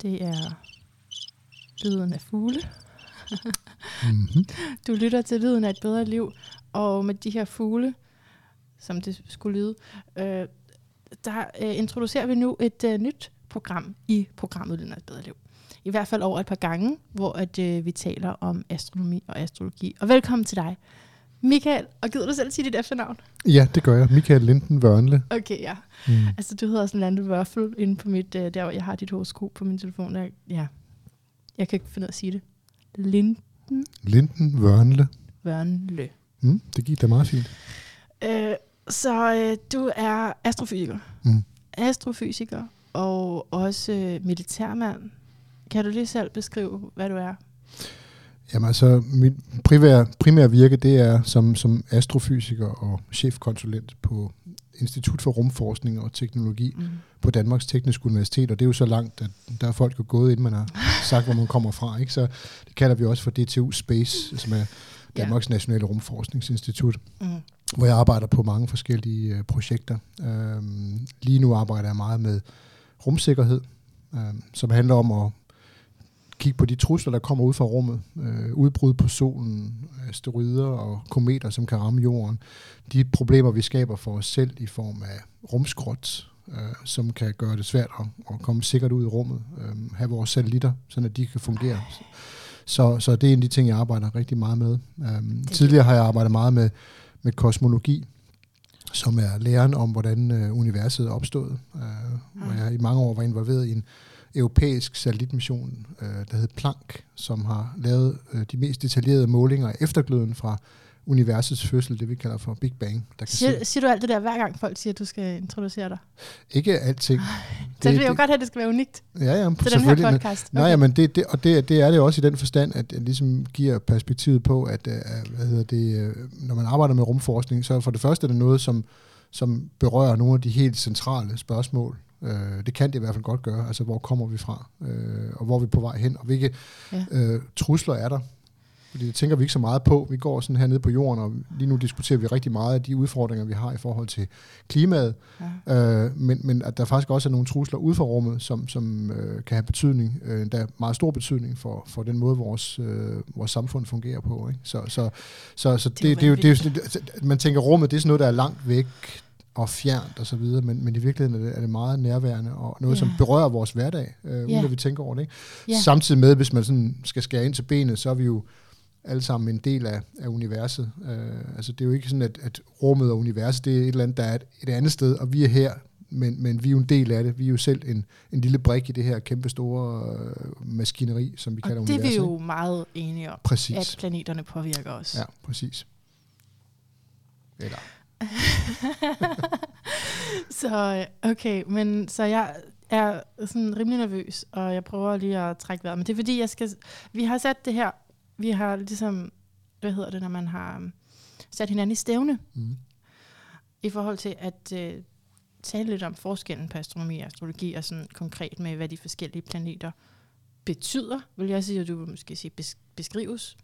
Det er lyden af fugle. Mm-hmm. Du lytter til lyden af et bedre liv, og med de her fugle, som det skulle lyde, der introducerer vi nu et nyt program i programmet Lyden af et bedre liv. I hvert fald over et par gange, hvor vi taler om astronomi og astrologi. Og velkommen til dig, Michael. Og gider du selv sige dit efternavn? Ja, det gør jeg. Michael Linden Wørnle. Okay, ja. Altså, du hedder sådan en Wørfel inde på mit, der hvor jeg har dit horoskop på min telefon. Der, ja. Jeg kan ikke finde ud af at sige det. Linden Wørnle. Wørnle. Det gik da meget fint. Så du er astrofysiker. Astrofysiker og også militærmand. Kan du lige selv beskrive, hvad du er? Jamen altså, mit primære virke, det er som astrofysiker og chefkonsulent på Institut for Rumforskning og Teknologi på Danmarks Tekniske Universitet, og det er jo så langt, at der er folk jo gået, inden man har sagt, hvor man kommer fra, ikke? Så det kalder vi også for DTU Space, som er Danmarks Nationale Rumforskningsinstitut, hvor jeg arbejder på mange forskellige projekter. Lige nu arbejder jeg meget med rumsikkerhed, som handler om at kigge på de trusler, der kommer ud fra rummet. Udbrud på solen, asteroider og kometer, som kan ramme jorden. De problemer, vi skaber for os selv i form af rumskrot, som kan gøre det svært at komme sikkert ud i rummet. Have vores satellitter, sådan at de kan fungere. Så det er en af de ting, jeg arbejder rigtig meget med. Tidligere har jeg arbejdet meget med kosmologi, som er læren om, hvordan universet er opstået. Hvor jeg i mange år var involveret i en europæisk satellitmission, der hed Planck, som har lavet de mest detaljerede målinger af eftergløden fra universets fødsel, det vi kalder for Big Bang. Siger du alt det der, hver gang folk siger, at du skal introducere dig? Ikke alting. Så det vil jo godt have, at det skal være unikt ja, til den her podcast. Okay. Nej, men det er det også i den forstand, at det ligesom giver perspektivet på, at når man arbejder med rumforskning, så for det første er det noget, som berører nogle af de helt centrale spørgsmål. Det kan det i hvert fald godt gøre. Altså, hvor kommer vi fra? Og hvor er vi på vej hen? Og hvilke trusler er der? Fordi det tænker vi ikke så meget på. Vi går sådan her nede på jorden, og lige nu diskuterer vi rigtig meget af de udfordringer, vi har i forhold til klimaet. Ja. Men at der faktisk også er nogle trusler ude for rummet, som kan have betydning, der er meget stor betydning for den måde, vores samfund fungerer på. Ikke? Så det er jo sådan, man tænker, rummet, det er sådan noget, der er langt væk og fjernt og så videre, men i virkeligheden er det meget nærværende og noget, som berører vores hverdag, uden at vi tænker over det. Ikke? Yeah. Samtidig med, hvis man sådan skal skære ind til benet, så er vi jo alle sammen en del af universet. Altså det er jo ikke sådan, at rummet og universet, det er et eller andet, der er et andet sted, og vi er her, men vi er jo en del af det. Vi er jo selv en lille brik i det her kæmpe store maskineri, som vi kalder universet. Og det er vi jo meget enige om, præcis. At planeterne påvirker os. Ja, præcis. Eller... Så okay, men så jeg er sådan rimelig nervøs, og jeg prøver lige at trække vejret. Men det er fordi, vi har sat det her, vi har ligesom, når man har sat hinanden i stævne, i forhold til at tale lidt om forskellen på astronomi og astrologi, og sådan konkret med, hvad de forskellige planeter betyder, vil jeg sige, og du vil måske sige beskrives.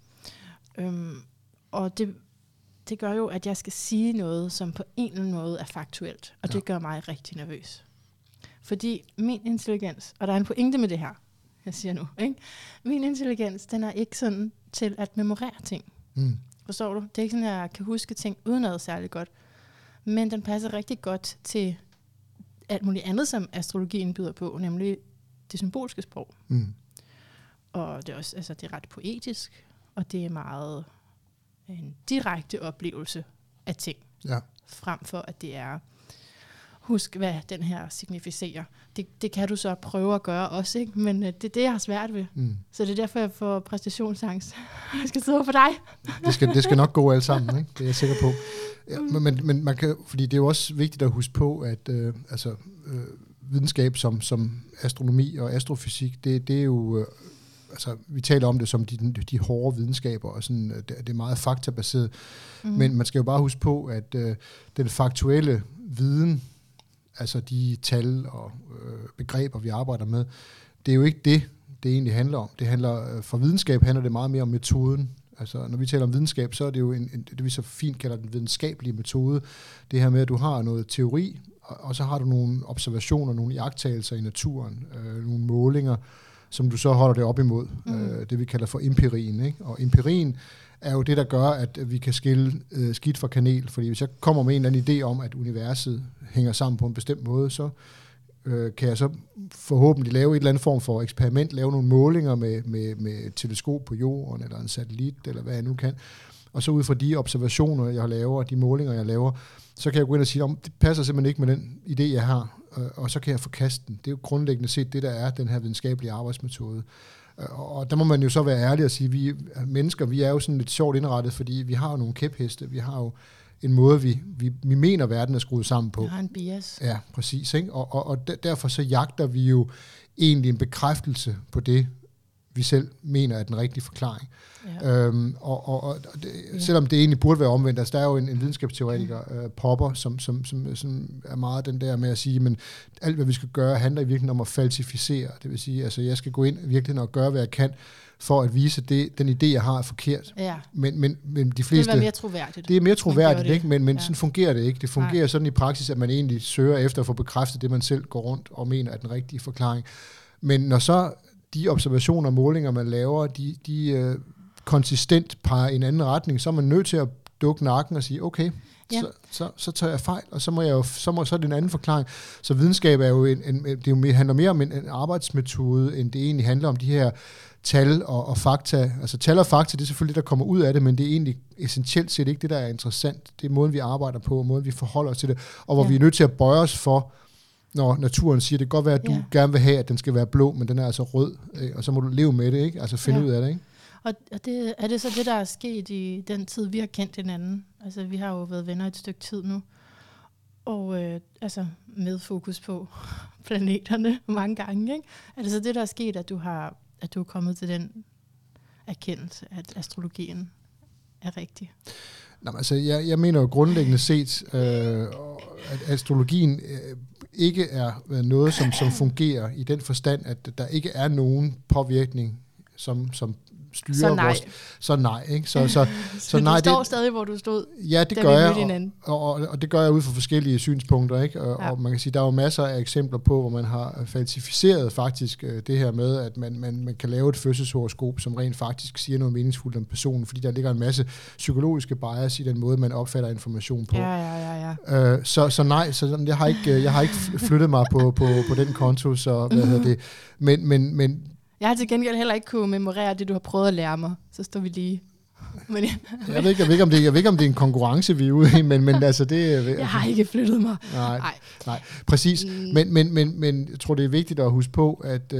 Og det gør jo, at jeg skal sige noget, som på en eller anden måde er faktuelt. Og det gør mig rigtig nervøs. Fordi min intelligens, og der er en pointe med det her, jeg siger nu, ikke? Min intelligens, den er ikke sådan til at memorere ting. Forstår du? Det er ikke sådan, at jeg kan huske ting uden noget særligt godt. Men den passer rigtig godt til alt muligt andet, som astrologien byder på, nemlig det symbolske sprog. Og det er også, altså det er ret poetisk, og det er meget en direkte oplevelse af ting, frem for at det er, husk hvad den her significerer. Det kan du så prøve at gøre også, ikke? Men det er det, jeg har svært ved. Så det er derfor, jeg får præstationsangst. Jeg skal sidde for dig. det skal nok gå alt sammen, ikke? Det er jeg sikker på. Ja, men man kan, fordi det er jo også vigtigt at huske på, at videnskab som astronomi og astrofysik, det er jo... Altså, vi taler om det som de hårde videnskaber, og sådan, det er meget faktabaseret. Men man skal jo bare huske på, at den faktuelle viden, altså de tal og begreber, vi arbejder med, det er jo ikke det egentlig handler om. For videnskab handler det meget mere om metoden. Altså, når vi taler om videnskab, så er det jo det vi så fint kalder den videnskabelige metode. Det her med, at du har noget teori, og så har du nogle observationer, nogle iagttagelser i naturen, nogle målinger, som du så holder det op imod. Det vi kalder for empirien. Ikke? Og empirien er jo det, der gør, at vi kan skille skidt fra kanel. Fordi hvis jeg kommer med en eller anden idé om, at universet hænger sammen på en bestemt måde, så kan jeg så forhåbentlig lave et eller andet form for eksperiment, lave nogle målinger med et teleskop på jorden, eller en satellit, eller hvad jeg nu kan. Og så ud fra de observationer, jeg laver, de målinger, jeg laver, så kan jeg gå ind og sige, det passer simpelthen ikke med den idé, jeg har, og så kan jeg forkaste den. Det er jo grundlæggende set det, der er den her videnskabelige arbejdsmetode. Og der må man jo så være ærlig og sige, at vi mennesker, vi er jo sådan lidt sjovt indrettet, fordi vi har jo nogle kæpheste, vi har jo en måde, vi mener, verden er skruet sammen på. Vi har en bias. Ja, præcis. Ikke? Og derfor så jagter vi jo egentlig en bekræftelse på det, vi selv mener er den rigtige forklaring. Ja. Selvom det egentlig burde være omvendt, altså der er jo en videnskabsteoretiker, Popper, som er meget den der med at sige, men alt hvad vi skal gøre, handler i virkeligheden om at falsificere. Det vil sige, altså jeg skal gå ind i virkeligheden og gøre, hvad jeg kan, for at vise, at den idé, jeg har, er forkert. Ja. Men de fleste... Det er mere troværdigt. Det er mere troværdigt, ikke? Men sådan fungerer det ikke. Det fungerer sådan i praksis, at man egentlig søger efter at få bekræftet det, man selv går rundt og mener er den rigtige forklaring. Men når så de observationer og målinger, man laver, de konsistent peger i en anden retning, så er man nødt til at dukke nakken og sige, okay, så tager jeg fejl, og så er det en anden forklaring. Så videnskab er jo handler mere om en arbejdsmetode, end det egentlig handler om de her tal og fakta. Altså tal og fakta, det er selvfølgelig det, der kommer ud af det, men det er egentlig essentielt set ikke det, der er interessant. Det er måden, vi arbejder på, måden, vi forholder os til det, og hvor vi er nødt til at bøje os for, når naturen siger, det kan godt være, at du gerne vil have, at den skal være blå, men den er altså rød, og så må du leve med det, ikke? Altså finde ud af det, ikke? Og er det så det, der er sket i den tid, vi har kendt hinanden? Altså, vi har jo været venner et stykke tid nu, og altså med fokus på planeterne mange gange, ikke? Er det så det, der er sket, at du er kommet til den erkendelse, at astrologien er rigtig? Nå, altså, jeg mener jo grundlæggende set, at astrologien ikke er noget, som fungerer i den forstand, at der ikke er nogen påvirkning, som styrer så nej. Vores... Så nej, ikke? Så nej, du står stadig, hvor du stod, ja, det gør jeg, og det gør jeg ud fra forskellige synspunkter, ikke? Og man kan sige, der er jo masser af eksempler på, hvor man har falsificeret faktisk det her med, at man kan lave et fødselshoroskop, som rent faktisk siger noget meningsfuldt om personen, fordi der ligger en masse psykologiske bias i den måde, man opfatter information på. Ja. Så nej, så jeg har ikke flyttet mig på den konto, så hvad hedder det? Men jeg har til gengæld heller ikke kunne memorere det, du har prøvet at lære mig. Så står vi lige. Men jeg ved ikke, om det er en konkurrence, vi er ude i, men altså det... Jeg har ikke flyttet mig. Nej, præcis. Men jeg tror, det er vigtigt at huske på, at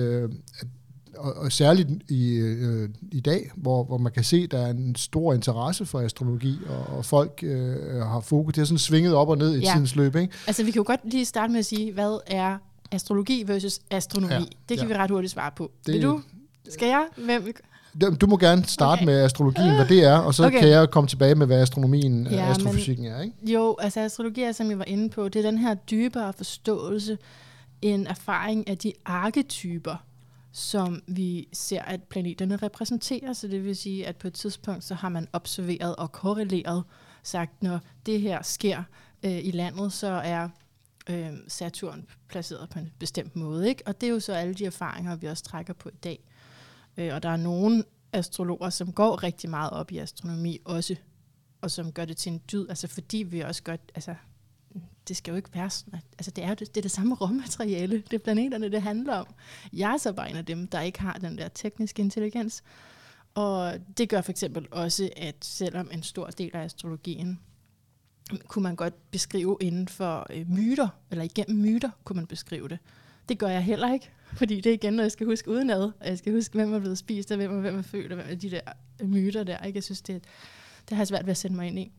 og særligt i dag, hvor man kan se, at der er en stor interesse for astrologi, og folk har fokus. Det er sådan svinget op og ned i tidens løb, ikke? Altså, vi kan jo godt lige starte med at sige, hvad er astrologi versus astronomi? Ja, det kan vi ret hurtigt svare på. Vil du? Skal jeg? Du må gerne starte med astrologien, hvad det er, og så kan jeg komme tilbage med, hvad astronomien og astrofysikken er, ikke? Jo, altså astrologi er, som jeg var inde på, det er den her dybere forståelse, en erfaring af de arketyper, som vi ser, at planeterne repræsenterer. Så det vil sige, at på et tidspunkt, så har man observeret og korreleret, sagt, når det her sker i landet, så er Saturn placeret på en bestemt måde, ikke? Og det er jo så alle de erfaringer, vi også trækker på i dag. Og der er nogle astrologer, som går rigtig meget op i astronomi også, og som gør det til en dyd, altså fordi vi også gør, altså det skal jo ikke være sådan, altså det er det samme råmateriale, det er planeterne, det handler om. Jeg er så bare en af dem, der ikke har den der tekniske intelligens, og det gør for eksempel også, at selvom en stor del af astrologien kunne man godt beskrive inden for myter, eller igennem myter kunne man beskrive det. Det gør jeg heller ikke, fordi det er igen noget, jeg skal huske udenad, og jeg skal huske, hvem er blevet spist, og hvem er født, og hvem er de der myter der. Ikke? Jeg synes, det har jeg svært ved at sætte mig ind i.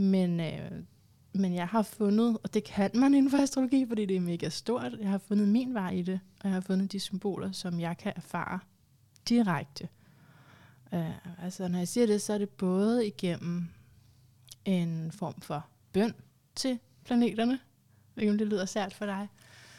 Men jeg har fundet, og det kan man inden for astrologi, fordi det er mega stort, jeg har fundet min vej i det, og jeg har fundet de symboler, som jeg kan erfare direkte. Altså når jeg siger det, så er det både igennem en form for bøn til planeterne. Jeg ved ikke, om det lyder sært for dig.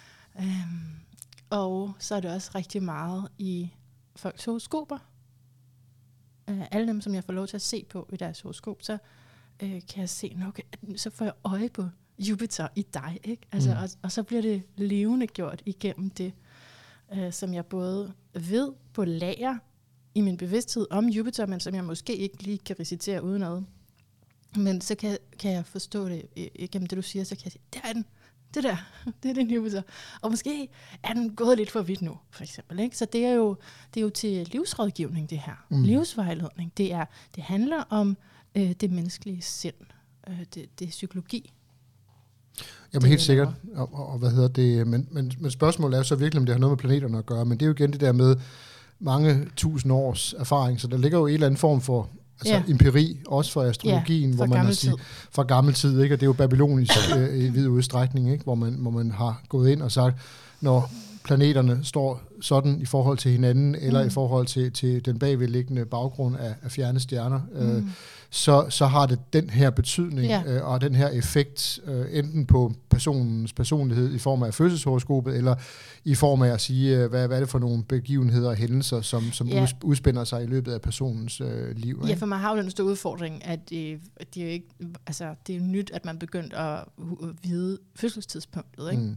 Og så er det også rigtig meget i folks horoskoper. Alle dem, som jeg får lov til at se på i deres horoskop, så kan jeg se, okay, så får jeg øje på Jupiter i dig, ikke? Altså, og så bliver det levende gjort igennem det. som jeg både ved på lager i min bevidsthed om Jupiter, men som jeg måske ikke lige kan recitere uden noget. Men så kan jeg forstå det gennem det, du siger, så kan jeg sige, der er den. Det er den Jupiter. Og måske er den gået lidt for vidt nu, for eksempel. Ikke? Så det er jo til livsrådgivning, det her. Livsvejledning. Det handler om det menneskelige sind. Det er psykologi. Jamen helt sikkert. Og hvad hedder det? Men spørgsmålet er jo så virkelig, om det har noget med planeterne at gøre. Men det er jo igen det der med mange tusind års erfaring. Så der ligger jo en eller anden form for empiri, også for astrologien, hvor man fra gammel tid, ikke? Og det er jo babylonisk i vid udstrækning, ikke? Hvor man har gået ind og sagt, når planeterne står sådan i forhold til hinanden, eller i forhold til den bagvedliggende baggrund af fjerne stjerner, så har det den her betydning, og den her effekt, enten på personens personlighed i form af fødselshoroskopet, eller i form af at sige, hvad er det for nogle begivenheder og hændelser, som udspænder sig i løbet af personens liv. Ikke? Ja, for man har jo den store udfordring, at det er jo ikke, altså, det er nyt, at man begyndte at vide fødselstidspunktet, ikke?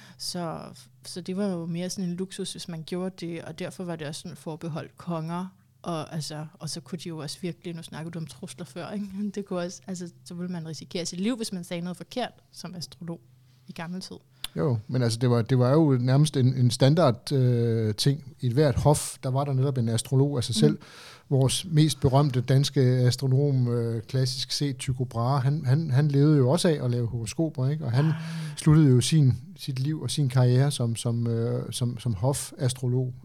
Så det var jo mere sådan en luksus, hvis man gjorde det, og derfor var det også sådan forbeholdt konger, og så kunne de jo også virkelig, nu snakker du om trusler før, ikke? Det kunne også, altså, så ville man risikere sit liv, hvis man sagde noget forkert som astrolog i gammel tid. Jo, men altså det var jo nærmest en standard ting. I et hvert hof, der var der netop en astrolog af sig selv. Vores mest berømte danske astronom, klassisk set Tycho Brahe, han levede jo også af at lave horoskoper, ikke? Og han sluttede jo sit liv og sin karriere som hofastrolog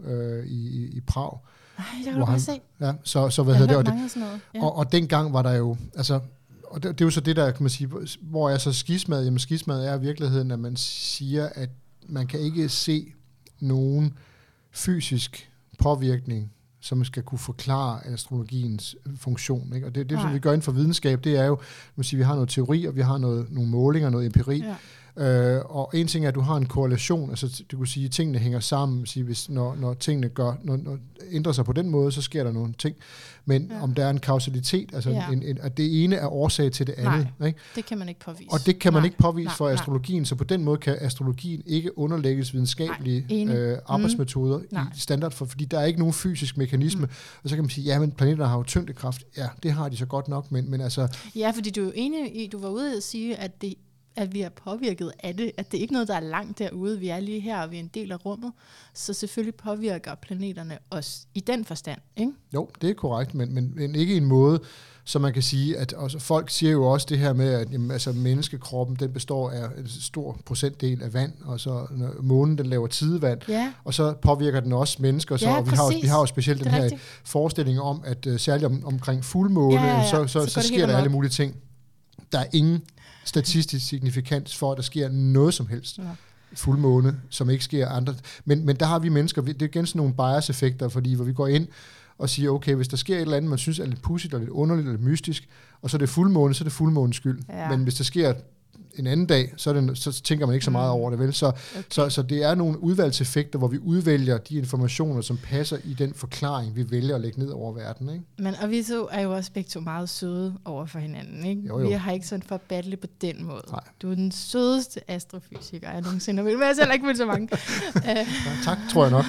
i Prag. Nej, det kan du bare se. Ja, så hvad hedder det? Og dengang var der jo, altså, og det er jo så det der, kan man sige, hvor er så skismaet? Jamen skismaet er i virkeligheden, at man siger, at man kan ikke se nogen fysisk påvirkning, som skal kunne forklare astrologiens funktion. Ikke? Og det som vi gør inden for videnskab, det er jo, vi har noget teori, og vi har nogle målinger, noget empiri. Ja. Og en ting er, at du har en korrelation, altså du kunne sige, at tingene hænger sammen, hvis når tingene når ændrer sig på den måde, så sker der nogle ting. Men om der er en kausalitet, altså at det ene er årsag til det andet. Nej, ikke? Det kan man ikke påvise. Og det kan man ikke påvise for astrologien, så på den måde kan astrologien ikke underlægges videnskabelige arbejdsmetoder i standard, fordi der er ikke nogen fysisk mekanisme. Og så kan man sige, ja, men planeterne har jo tyngdekraft. Ja, det har de så godt nok, men altså... Ja, fordi du er jo enig i, du var ude at sige, at vi er påvirket af det, at det er ikke noget, der er langt derude. Vi er lige her, og vi er en del af rummet. Så selvfølgelig påvirker planeterne os i den forstand, ikke? Jo, det er korrekt, men ikke i en måde, så man kan sige, at også, folk siger jo også det her med, at jamen, altså, menneskekroppen, den består af en stor procentdel af vand, og så månen, den laver tidevand, og så påvirker den også mennesker. Så, og vi har jo specielt den her forestilling om, at særligt omkring fuldmåne, så sker der alle mulige ting. Der er ingen statistisk signifikans for, at der sker noget som helst fuldmåne, som ikke sker andre. Men der har vi mennesker, det er igen sådan nogle bias-effekter, fordi hvor vi går ind og siger, okay, hvis der sker et eller andet, man synes er lidt pudsigt og lidt underligt og lidt mystisk, og så er det fuldmåne, så er det fuldmånens skyld. Ja. Men hvis der sker en anden dag, så tænker man ikke så meget over det, vel? Så det er nogle udvalgseffekter, hvor vi udvælger de informationer, som passer i den forklaring, vi vælger at lægge ned over verden, ikke? Men og vi så er jo også begge to meget søde over for hinanden, ikke? Jo. Vi har ikke sådan for at battle på den måde. Nej. Du er den sødeste astrofysiker, jeg nogensinde vil, men jeg selv ikke vil så mange. Tak, tror jeg nok.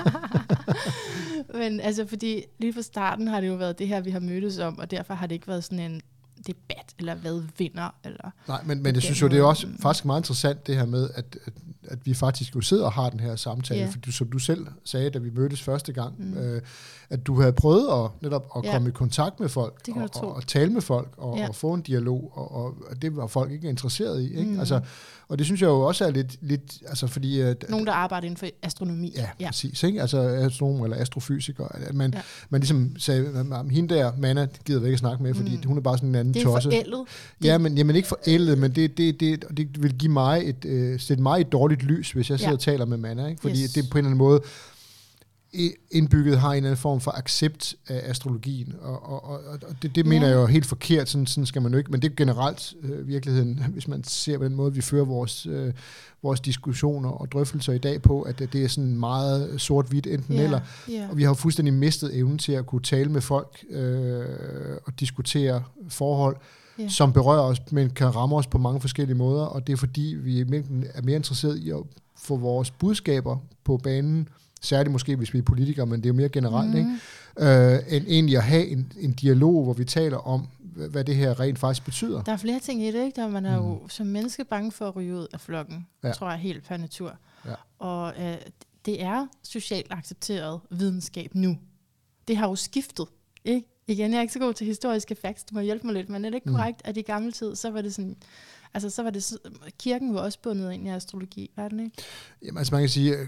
Men altså, fordi lige fra starten har det jo været det her, vi har mødtes om, og derfor har det ikke været sådan en debat, eller hvad vinder, eller... Nej, men jeg synes jo, det er også faktisk meget interessant, det her med, at vi faktisk jo sidder og har den her samtale, fordi som du selv sagde, da vi mødtes første gang, at du havde prøvet at komme i kontakt med folk, og tale med folk, og få en dialog, og det var folk ikke interesseret i, ikke? Altså, og det synes jeg jo også er lidt altså fordi... Nogen, der arbejder inden for astronomi. Ja, præcis, ikke? Altså astronom eller astrofysiker. Man ligesom sagde, hende der, Manna, gider vi ikke snakke med, fordi hun er bare sådan en anden tosse. Det er forældet. Ja, men ikke forældet, men det vil give mig sætte mig et dårligt lys, hvis jeg sidder og taler med Manna, ikke? Fordi det på en eller anden måde indbygget har en eller anden form for accept af astrologien, og det mener jeg jo helt forkert, sådan skal man jo ikke, men det er generelt virkeligheden, hvis man ser på den måde, vi fører vores diskussioner og drøftelser i dag på, at det er sådan meget sort-hvidt enten eller, og vi har jo fuldstændig mistet evnen til at kunne tale med folk og diskutere forhold, som berører os, men kan ramme os på mange forskellige måder, og det er fordi, vi er mere interesseret i at få vores budskaber på banen, særligt måske, hvis vi er politikere, men det er jo mere generelt, ikke? End egentlig at have en dialog, hvor vi taler om, hvad det her rent faktisk betyder. Der er flere ting i det, ikke? Der man er jo som menneske bange for at ryge ud af flokken, tror jeg, helt per natur. Ja. Og det er socialt accepteret videnskab nu. Det har jo skiftet, ikke? Igen, jeg er ikke så god til historiske facts, du må hjælpe mig lidt, men er det ikke korrekt, at i gamle tid, så var det sådan, altså så var det, kirken var også bundet ind i astrologi, var den ikke? Jamen altså man kan sige,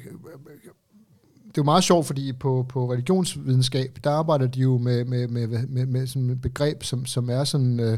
det er jo meget sjovt, fordi på religionsvidenskab, der arbejder de jo med sådan et begreb, som er sådan,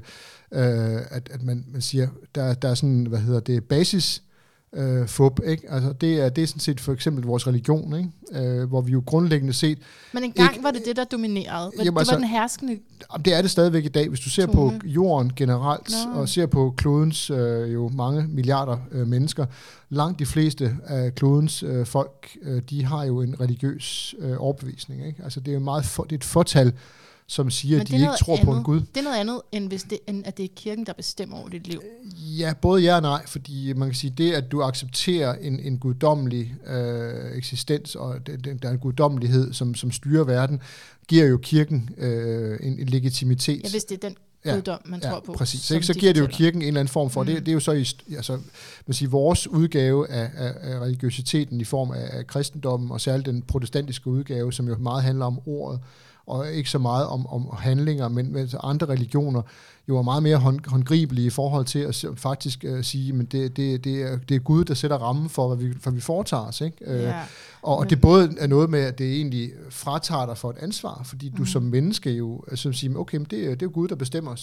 at man siger, der er sådan, basis, fup, ikke? Altså det er sådan set for eksempel vores religion, ikke? Hvor vi jo grundlæggende set... Men engang var det der dominerede. Det var den herskende... Det er det stadigvæk i dag. Hvis du ser på jorden generelt, og ser på klodens jo mange milliarder mennesker, langt de fleste af klodens folk, de har jo en religiøs overbevisning, ikke? Altså det er jo det er et fortal, som siger, at de ikke tror på en Gud. Det er noget andet, end at det er kirken, der bestemmer over dit liv. Ja, både ja og nej, fordi man kan sige, det, at du accepterer en guddommelig eksistens, og der er en guddommelighed, som styrer verden, giver jo kirken en legitimitet. Ja, hvis det er den guddom, man tror på. Præcis. Så giver det jo kirken en eller anden form for, det er jo så man siger, vores udgave af religiøsiteten i form af kristendommen, og særligt den protestantiske udgave, som jo meget handler om ordet, og ikke så meget om handlinger, men andre religioner jo er meget mere håndgribelige i forhold til at faktisk sige, men det er Gud, der sætter rammen for, hvad vi foretager os, ikke? Ja. Og det både er noget med, at det egentlig fratager dig for et ansvar, fordi du som menneske jo siger, okay, men det er jo Gud, der bestemmer.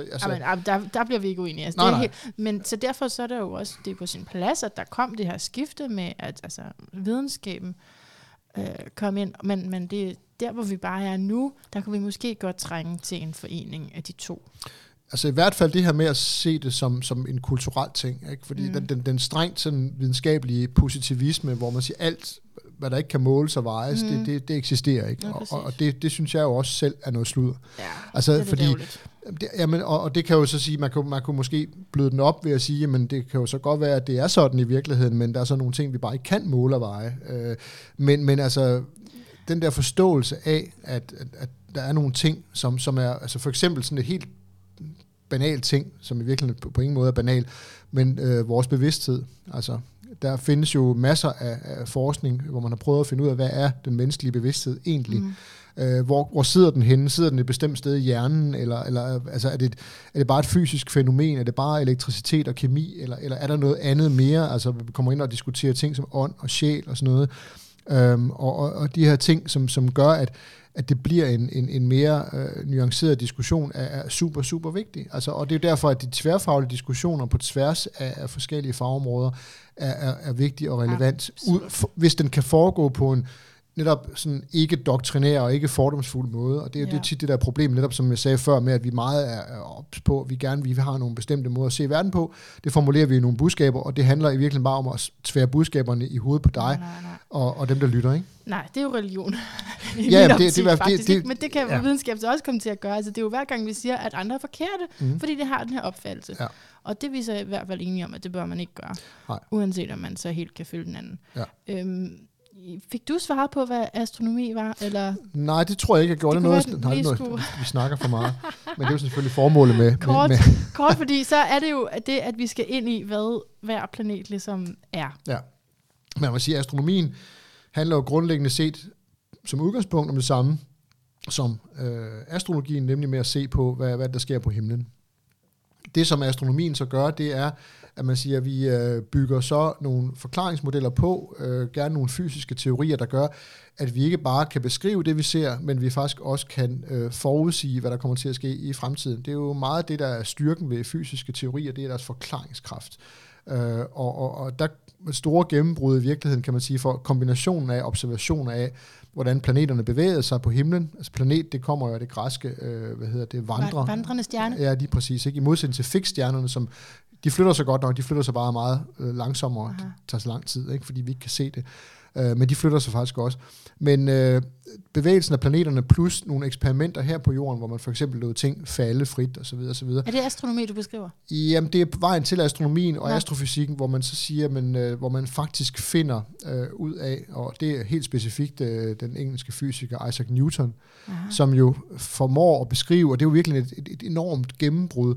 Der bliver vi ikke uenige. Altså, nej. Men så derfor så er det jo også det er på sin plads, at der kom det her skifte med, at videnskaben kom ind, men det der, hvor vi bare er nu, der kan vi måske godt trænge til en forening af de to. Altså i hvert fald det her med at se det som en kulturel ting, ikke? Fordi den strengt sådan videnskabelige positivisme, hvor man siger alt, hvad der ikke kan måles og vejes, det eksisterer ikke. Ja, og det synes jeg jo også selv er noget sludder. Ja, altså, det er fordi, og det kan jo så sige, man kunne måske bløde den op ved at sige, men det kan jo så godt være, at det er sådan i virkeligheden, men der er så nogle ting, vi bare ikke kan måle og veje. Men altså, den der forståelse af, at der er nogle ting, som er, altså for eksempel sådan et helt banal ting, som i virkeligheden på ingen måde er banal, men vores bevidsthed. Altså, der findes jo masser af forskning, hvor man har prøvet at finde ud af, hvad er den menneskelige bevidsthed egentlig? Hvor sidder den henne? Sidder den et bestemt sted i hjernen? Eller altså, er det bare et fysisk fænomen? Er det bare elektricitet og kemi? Eller er der noget andet mere? Altså, vi kommer ind og diskuterer ting som ånd og sjæl og sådan noget. Og de her ting, som gør, at det bliver en mere nuanceret diskussion, er super, super vigtig. Altså, og det er jo derfor, at de tværfaglige diskussioner på tværs af forskellige fagområder er vigtige og relevant, hvis den kan foregå på en netop sådan ikke doktrinær og ikke fordomsfuld måde. Og det er jo tit det der problem, netop som jeg sagde før, med at vi meget er ops på, at vi har nogle bestemte måder at se verden på. Det formulerer vi i nogle budskaber, og det handler i virkeligheden bare om at tvære budskaberne i hovedet på dig og dem, der lytter, ikke? Nej, det er jo religion. Men det kan videnskab så også komme til at gøre. Altså, det er jo hver gang, vi siger, at andre er forkerte, fordi det har den her opfattelse. Ja. Og det er vi så i hvert fald enige om, at det bør man ikke gøre. Nej. Uanset om man så helt kan følge den anden. Ja. Fik du svaret på, hvad astronomi var? Eller? Nej, det tror jeg ikke, jeg gjorde. Vi snakker for meget. Men det er jo selvfølgelig formålet med... Kort, fordi så er det jo det, at vi skal ind i, hvad hver planet ligesom er. Ja. Men man må sige, at astronomien handler jo grundlæggende set som udgangspunkt om det samme som astrologien, nemlig med at se på, hvad der sker på himlen. Det, som astronomien så gør, det er, at man siger, at vi bygger så nogle forklaringsmodeller på, gerne nogle fysiske teorier, der gør, at vi ikke bare kan beskrive det, vi ser, men vi faktisk også kan forudsige, hvad der kommer til at ske i fremtiden. Det er jo meget det, der er styrken ved fysiske teorier, det er deres forklaringskraft. Og der store gennembrud i virkeligheden, kan man sige, for kombinationen af observationer af, hvordan planeterne bevæger sig på himlen. Altså planet, det kommer jo af det græske, vandrende stjerne. Ja, lige præcis. Ikke? I modsætning til fiksstjernerne, som de flytter sig godt nok, de flytter sig bare meget langsommere, det tager så lang tid, ikke? Fordi vi ikke kan se det. Men de flytter sig faktisk også. Men bevægelsen af planeterne plus nogle eksperimenter her på jorden, hvor man for eksempel lod ting falde frit osv. osv. Er det astronomi, du beskriver? Jamen, det er vejen til astronomien og astrofysikken, hvor man så siger, hvor man faktisk finder ud af, og det er helt specifikt den engelske fysiker Isaac Newton, som jo formår at beskrive, og det er jo virkelig et enormt gennembrud,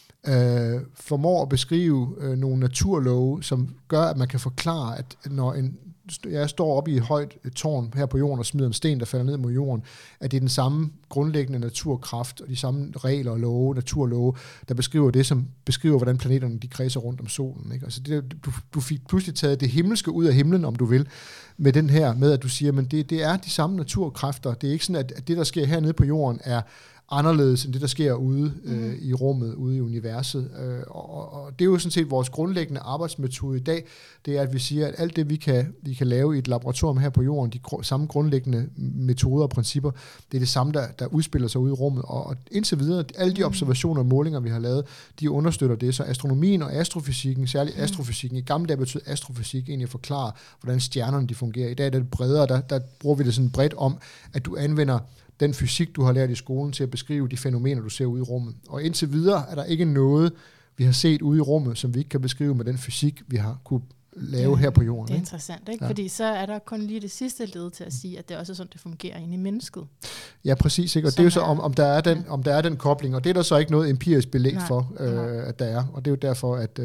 formår at beskrive nogle naturlove, som gør, at man kan forklare, at når jeg står oppe i et højt tårn her på jorden og smider en sten, der falder ned mod jorden, at det er den samme grundlæggende naturkraft og de samme regler og love, naturlove, der beskriver det, som beskriver, hvordan planeterne de kredser rundt om solen. Ikke? Altså du fik pludselig taget det himmelske ud af himlen, om du vil, med den her, med at du siger, men det er de samme naturkræfter. Det er ikke sådan, at det, der sker hernede på jorden, er anderledes end det, der sker ude i rummet, ude i universet. Og det er jo sådan set vores grundlæggende arbejdsmetode i dag, det er, at vi siger, at alt det, vi kan lave i et laboratorium her på jorden, de samme grundlæggende metoder og principper, det er det samme, der udspiller sig ude i rummet. Og indtil videre, alle de observationer og målinger, vi har lavet, de understøtter det. Så astronomien og astrofysikken, særligt astrofysikken, i gamle dage betød astrofysik egentlig at forklare, hvordan stjernerne de fungerer. I dag er det bredere, der bruger vi det sådan bredt om, at du anvender den fysik, du har lært i skolen, til at beskrive de fænomener, du ser ude i rummet. Og indtil videre er der ikke noget, vi har set ude i rummet, som vi ikke kan beskrive med den fysik, vi har kunne lave her på jorden. Det er interessant, ikke? Ja. Fordi så er der kun lige det sidste led til at sige, at det også er sådan, det fungerer inde i mennesket. Ja, præcis. Ikke? Og det er jo så, om der er den kobling, og det er der så ikke noget empirisk belæg for, at der er. Og det er jo derfor, at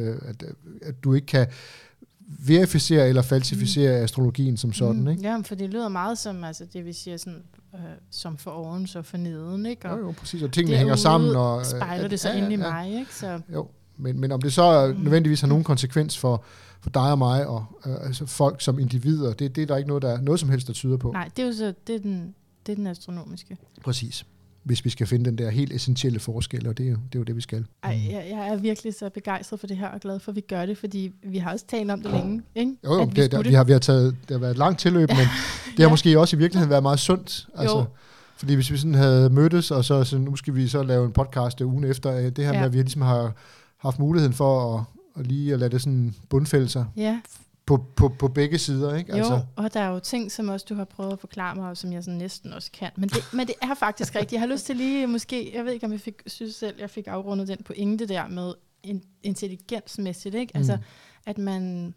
du ikke kan verificere eller falsificere astrologien som sådan, ikke? Ja, for det lyder meget som, altså det vi siger sådan, som for oven, så for neden, ikke? Og jo, præcis, og tingene hænger sammen. Og spejler det så ind i mig, ikke? Så. Jo, men om det så nødvendigvis har nogen konsekvens for dig og mig, og altså folk som individer, det er der ikke noget som helst, der tyder på. Nej, det er jo så, det er den astronomiske. Præcis. Hvis vi skal finde den der helt essentielle forskel, og det er jo det, vi skal. Jeg er virkelig så begejstret for det her, og glad for, at vi gør det, fordi vi har også talt om det længe, ikke? Jo, det har været et langt tilløb, men det har måske også i virkeligheden været meget sundt. Altså, fordi hvis vi sådan havde mødtes, og så nu skal vi så lave en podcast ugen efter, det her med, at vi ligesom har haft muligheden for at lige at lade det sådan bundfælde sig. Ja. På begge sider, ikke? Jo, altså. Og der er jo ting, som også du har prøvet at forklare mig, og som jeg sådan næsten også kan. Men det er faktisk rigtigt. Jeg har lyst til lige, måske, jeg ved ikke, om jeg fik afrundet den pointe der med intelligensmæssigt, ikke? Altså, at man...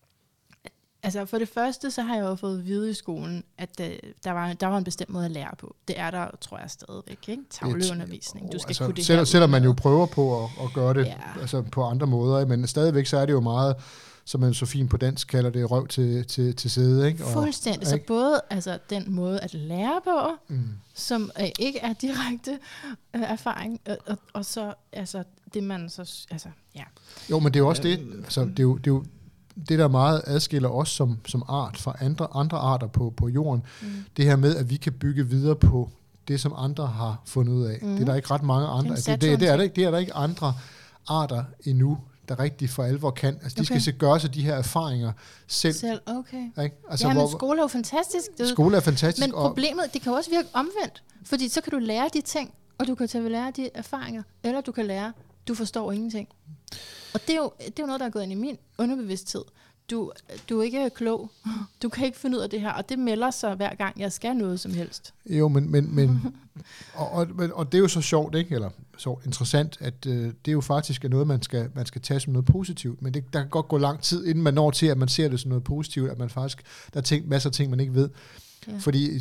Altså, for det første, så har jeg jo fået at vide i skolen, at der var en bestemt måde at lære på. Det er der, tror jeg, stadigvæk, ikke? Tavleundervisning. Du skal kunne det her. Selvom man jo prøver på at gøre det altså på andre måder, men stadigvæk så er det jo meget... som man så fint på dansk kalder det, røv til sæde, ikke? Fuldstændig. Så både altså, den måde at lære på, som ikke er direkte erfaring, og så altså, det man så... Altså, ja. Jo, men det er jo også det. Altså, det er jo det, der meget adskiller os som art fra andre arter på jorden. Det her med, at vi kan bygge videre på det, som andre har fundet ud af. Det er der ikke ret mange andre. Det er der ikke andre arter endnu, der rigtig for alvor kan. Altså, de skal gøre sig de her erfaringer selv. Okay. Ikke? Altså, men skole er jo fantastisk. Skole er fantastisk. Men problemet, det kan jo også virke omvendt. Fordi så kan du lære de ting, og du kan tage at lære de erfaringer, eller du kan lære, du forstår ingenting. Og det er jo noget, der er gået ind i min underbevidsthed. Du er ikke klog. Du kan ikke finde ud af det her, og det melder sig hver gang, jeg skal noget som helst. Jo, men og det er jo så sjovt, ikke? Eller så interessant, at det er jo faktisk noget, man skal tage som noget positivt. Men der kan godt gå lang tid, inden man når til, at man ser det som noget positivt, at man faktisk, der er masser af ting, man ikke ved. Ja. Fordi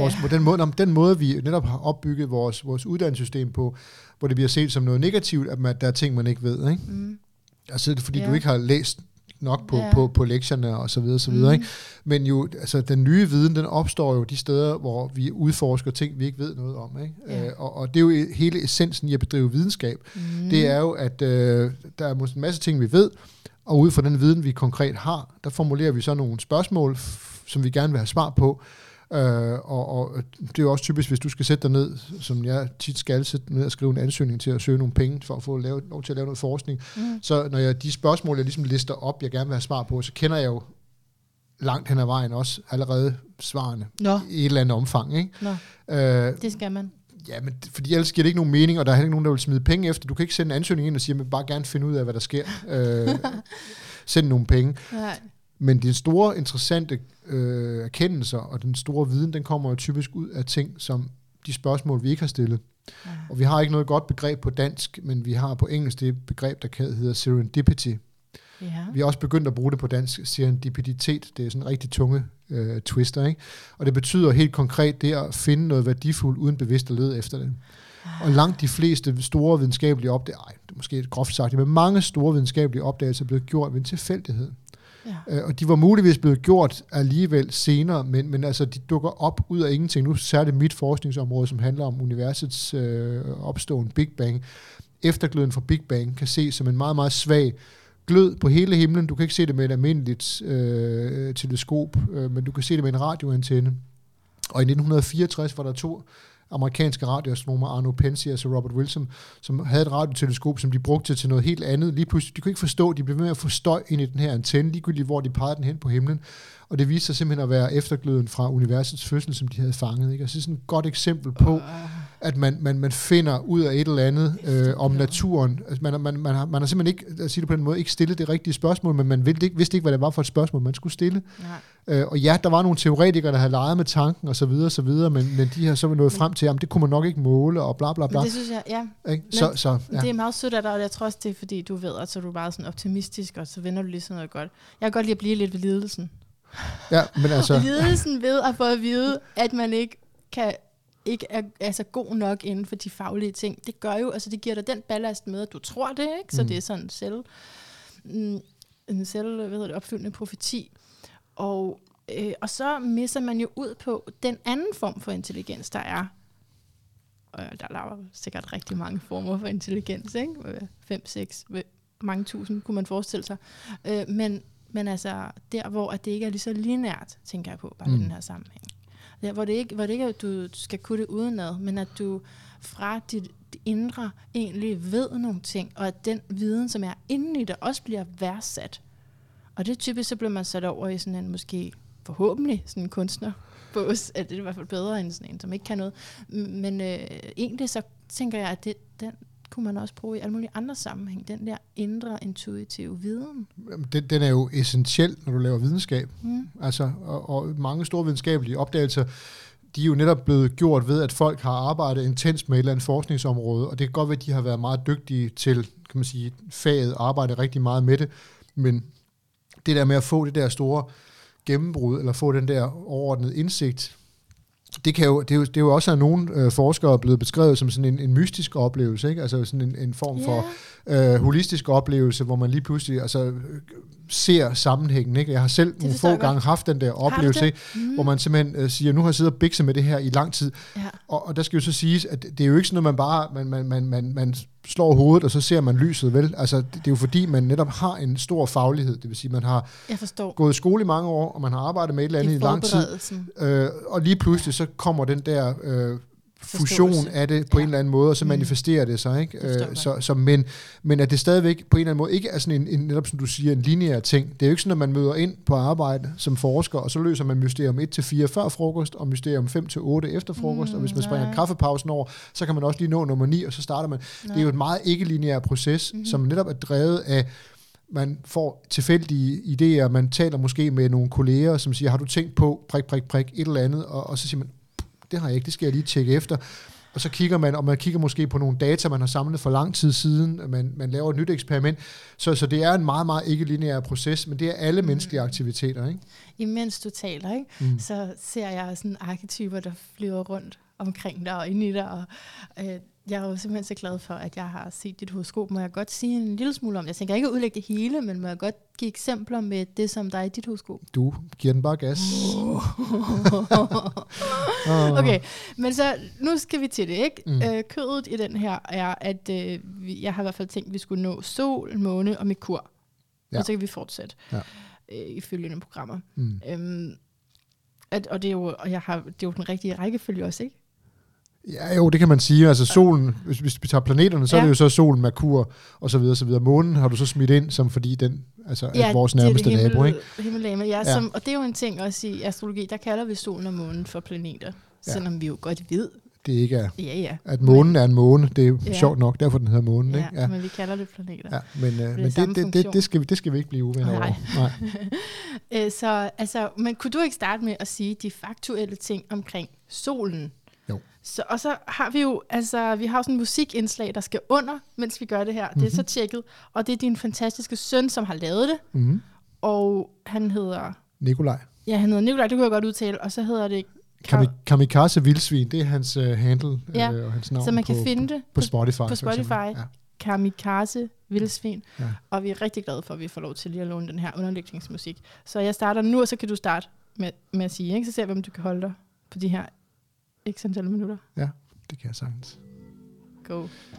den måde, vi netop har opbygget vores uddannelsessystem på, hvor det bliver set som noget negativt, at der er ting, man ikke ved. Ikke? Altså, fordi du ikke har læst nok på lektierne og så videre, ikke? Men jo, altså den nye viden, den opstår jo de steder, hvor vi udforsker ting, vi ikke ved noget om, ikke? Og det er jo hele essensen i at bedrive videnskab. Det er jo, at der er en masse ting, vi ved, og ud fra den viden, vi konkret har, der formulerer vi så nogle spørgsmål, som vi gerne vil have svar på. Og det er jo også typisk, hvis du skal sætte dig ned, som jeg tit skal sætte ned og skrive en ansøgning til at søge nogle penge for at få lov til at lave noget forskning. Så når de spørgsmål, jeg ligesom lister op, jeg gerne vil have svar på, så kender jeg jo langt hen ad vejen også allerede svarene i et eller andet omfang. Ikke? Det skal man. Ja, men fordi ellers giver det ikke nogen mening, og der er heller ikke nogen, der vil smide penge efter. Du kan ikke sende en ansøgning ind og sige, at man bare gerne finde ud af, hvad der sker. Send nogle penge. Nej. Men de store, interessante erkendelser og den store viden, den kommer jo typisk ud af ting, som de spørgsmål, vi ikke har stillet. Ja. Og vi har ikke noget godt begreb på dansk, men vi har på engelsk det begreb, der hedder serendipity. Ja. Vi har også begyndt at bruge det på dansk, serendipitet. Det er sådan en rigtig tunge twister, ikke? Og det betyder helt konkret det at finde noget værdifuldt, uden bevidst at lede efter det. Og langt de fleste store videnskabelige opdagelser, det er måske groft sagt, men mange store videnskabelige opdagelser er blevet gjort ved en tilfældighed. Ja. Og de var muligvis blevet gjort alligevel senere, men altså de dukker op ud af ingenting. Nu særligt mit forskningsområde, som handler om universets opståen, Big Bang. Eftergløden fra Big Bang kan ses som en meget, meget svag glød på hele himlen. Du kan ikke se det med et almindeligt teleskop, men du kan se det med en radioantenne. Og i 1964 var der 2 amerikanske radioastronomer, Arno Penzias og Robert Wilson, som havde et radioteleskop, som de brugte til noget helt andet. Lige pludselig, de kunne ikke forstå, de blev ved med at få støj ind i den her antenne, ligegyldigt hvor de pegede den hen på himlen. Og det viste sig simpelthen at være eftergløden fra universets fødsel, som de havde fanget. Ikke? Og så er sådan et godt eksempel på, at man finder ud af et eller andet om naturen. Altså man har simpelthen ikke, at sige det på den måde, ikke stillet det rigtige spørgsmål, men man vidste ikke, hvad det var for et spørgsmål, man skulle stille. Og ja, der var nogle teoretikere, der havde leget med tanken og så videre, men de har så nået frem til, at det kunne man nok ikke måle, og bla bla bla. Men det synes jeg, ja. Ja. Det er meget sødt af dig, og jeg tror også, det er fordi, du ved, at så er du bare sådan optimistisk, og så vender du lige sådan noget godt. Jeg kan godt lide at blive lidt ved lidelsen. Ja, men altså... Lidelsen ved at få at vide, at man ikke er altså god nok inden for de faglige ting. Det gør jo, altså det giver dig den ballast med, at du tror det, ikke? Så det er sådan en opfyldende profeti. Og så misser man jo ud på den anden form for intelligens, der er. Og der er sikkert rigtig mange former for intelligens, ikke? 5, 6, mange tusind kunne man forestille sig. Men altså, der hvor at det ikke er lige så lineært, tænker jeg på, bare i den her sammenhæng. Der, hvor det ikke er, at du skal kunne det udenad, men at du fra dit indre egentlig ved nogle ting, og at den viden, som er inde i dig, også bliver værdsat. Og det typisk, så bliver man sat over i sådan en, måske forhåbentlig, sådan en kunstnerbås, at det er i hvert fald bedre end sådan en, som ikke kan noget. Men egentlig så tænker jeg, at den kunne man også bruge i alle mulige andre sammenhæng, den der indre intuitive viden. Den er jo essentiel, når du laver videnskab. Altså, og mange store videnskabelige opdagelser, de er jo netop blevet gjort ved, at folk har arbejdet intens med et eller andet forskningsområde, og det kan godt være, at de har været meget dygtige til, kan man sige, faget, arbejde rigtig meget med det, men det der med at få det der store gennembrud, eller få den der overordnede indsigt, det er jo også af nogle forskere blevet beskrevet som sådan en mystisk oplevelse, ikke? Altså sådan en form for holistisk oplevelse, hvor man lige pludselig ser sammenhængen, ikke? Jeg har selv nogle få gange haft den der oplevelse, hvor man simpelthen siger, nu har jeg siddet og bikset med det her i lang tid, og der skal jo så siges, at det er jo ikke sådan noget, man bare man slår hovedet, og så ser man lyset, vel? Altså, det er jo fordi, man netop har en stor faglighed, det vil sige, man har gået i skole i mange år, og man har arbejdet med et eller andet i lang tid, og lige pludselig så kommer den der fusion af det på en eller anden måde, og så manifesterer det sig, ikke? Men at det stadigvæk på en eller anden måde ikke er sådan en netop som du siger, en lineær ting. Det er jo ikke sådan, at man møder ind på arbejde som forsker, og så løser man mysterium 1-4 før frokost, og mysterium 5-8 efter frokost, og hvis man springer kaffepausen over, så kan man også lige nå nummer 9, og så starter man. Det er jo et meget ikke-lineær proces, som netop er drevet af, man får tilfældige idéer, man taler måske med nogle kolleger, som siger, har du tænkt på prik, et eller andet, og så siger man, det har jeg ikke, det skal jeg lige tjekke efter. Og så kigger man, og man kigger måske på nogle data, man har samlet for lang tid siden, man laver et nyt eksperiment. Så det er en meget, meget ikke-lineær proces, men det er alle menneskelige aktiviteter, ikke? Imens du taler, ikke? Så ser jeg sådan arketyper, der flyver rundt omkring dig og inde i dig, og jeg er jo simpelthen så glad for, at jeg har set dit horoskop. Må jeg godt sige en lille smule om? Jeg tænker ikke at udlægge det hele, men må jeg godt give eksempler med det, som der er i dit horoskop? Du giver den bare gas. Okay, men så nu skal vi til det, ikke? Kødet i den her er, at jeg har i hvert fald tænkt, at vi skulle nå sol, måne og Merkur. Ja. Og så kan vi fortsætte i følgende programmer. Og det er jo, det er jo den rigtige rækkefølge også, ikke? Ja, jo, det kan man sige. Altså solen, hvis vi tager planeterne, så er det jo så solen, Merkur og så videre, så videre. Månen har du så smidt ind, som fordi den er vores nærmeste nabo, ikke? Og det er jo en ting også i astrologi, der kalder vi solen og månen for planeter. Selvom vi jo godt ved, det ikke er. Ja. At månen er en måne, det er jo sjovt nok, derfor den hedder månen. Ja, ikke? Ja, men vi kalder det planeter. Ja, men det skal vi ikke blive uvenner over. Nej. Så altså, men kunne du ikke starte med at sige de faktuelle ting omkring solen? Jo. Og så har vi jo, altså, vi har jo sådan en musikindslag, der skal under, mens vi gør det her. Det er så tjekket, og det er din fantastiske søn, som har lavet det. Mm-hmm. Og han hedder... Nikolaj. Ja, han hedder Nikolaj, det kunne jeg godt udtale. Og så hedder det... Kamikaze Vildsvin, det er hans handle og hans navn. Så man kan finde det på Spotify. På Spotify. Ja. Kamikaze Vildsvin. Ja. Og vi er rigtig glade for, at vi får lov til lige at låne den her underlægningsmusik. Så jeg starter nu, og så kan du starte med at sige, ikke? Så ser vi, om du kan holde dig på de her x antal minutter. Ja, det kan jeg sagtens. Go.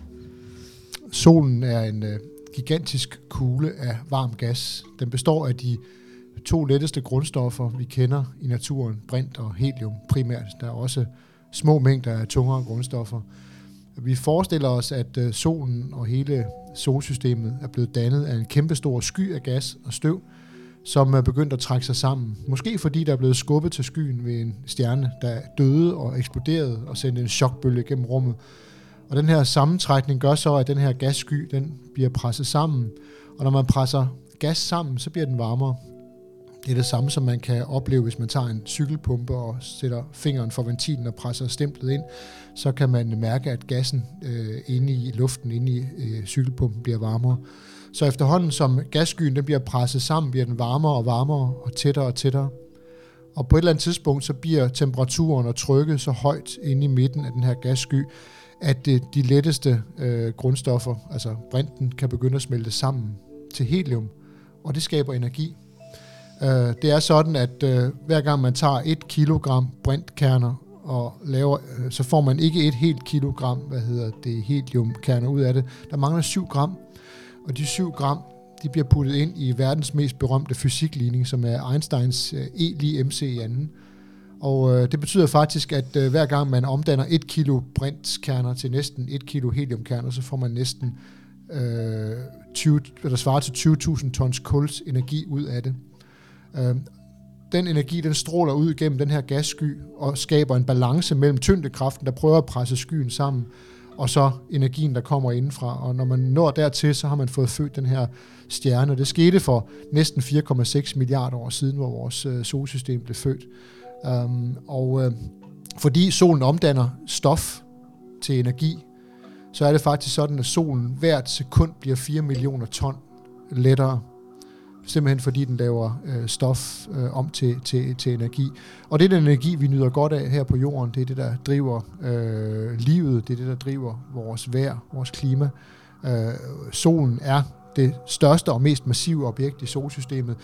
Solen er en gigantisk kugle af varm gas. Den består af de 2 letteste grundstoffer, vi kender i naturen, brint og helium primært. Der er også små mængder af tungere grundstoffer. Vi forestiller os, at solen og hele solsystemet er blevet dannet af en kæmpestor sky af gas og støv, som er begyndt at trække sig sammen. Måske fordi der er blevet skubbet til skyen ved en stjerne, der døde og eksploderede og sendte en chokbølge gennem rummet. Og den her sammentrækning gør så, at den her gassky, den bliver presset sammen. Og når man presser gas sammen, så bliver den varmere. Det er det samme, som man kan opleve, hvis man tager en cykelpumpe og sætter fingeren for ventilen og presser stemplet ind. Så kan man mærke, at gassen inde i luften, inde i cykelpumpen bliver varmere. Så efterhånden, som gasskyen den bliver presset sammen, bliver den varmere og varmere og tættere og tættere. Og på et eller andet tidspunkt, så bliver temperaturen og trykket så højt inde i midten af den her gassky, at de letteste grundstoffer, altså brinten, kan begynde at smelte sammen til helium, og det skaber energi. Det er sådan, at hver gang man tager 1 kilogram brintkerner og laver, så får man ikke et helt kilogram, heliumkerner ud af det. Der mangler 7 gram, og de 7 gram, de bliver puttet ind i verdens mest berømte fysikligning, som er Einsteins E lig MC i anden. Og det betyder faktisk, at hver gang man omdanner 1 kilo brintkerner til næsten 1 kilo heliumkerner, så får man næsten der svarer til 20.000 tons kuls energi ud af det. Den energi, den stråler ud gennem den her gassky og skaber en balance mellem tyngdekraften, der prøver at presse skyen sammen, og så energien, der kommer indenfra. Og når man når dertil, så har man fået født den her stjerne. Det skete for næsten 4,6 milliarder år siden, hvor vores solsystem blev født. Fordi solen omdanner stof til energi, så er det faktisk sådan, at solen hvert sekund bliver 4 millioner ton lettere. Simpelthen fordi den laver stof om til energi. Og det er den energi, vi nyder godt af her på jorden. Det er det, der driver livet. Det er det, der driver vores vejr, vores klima. Solen er det største og mest massive objekt i solsystemet.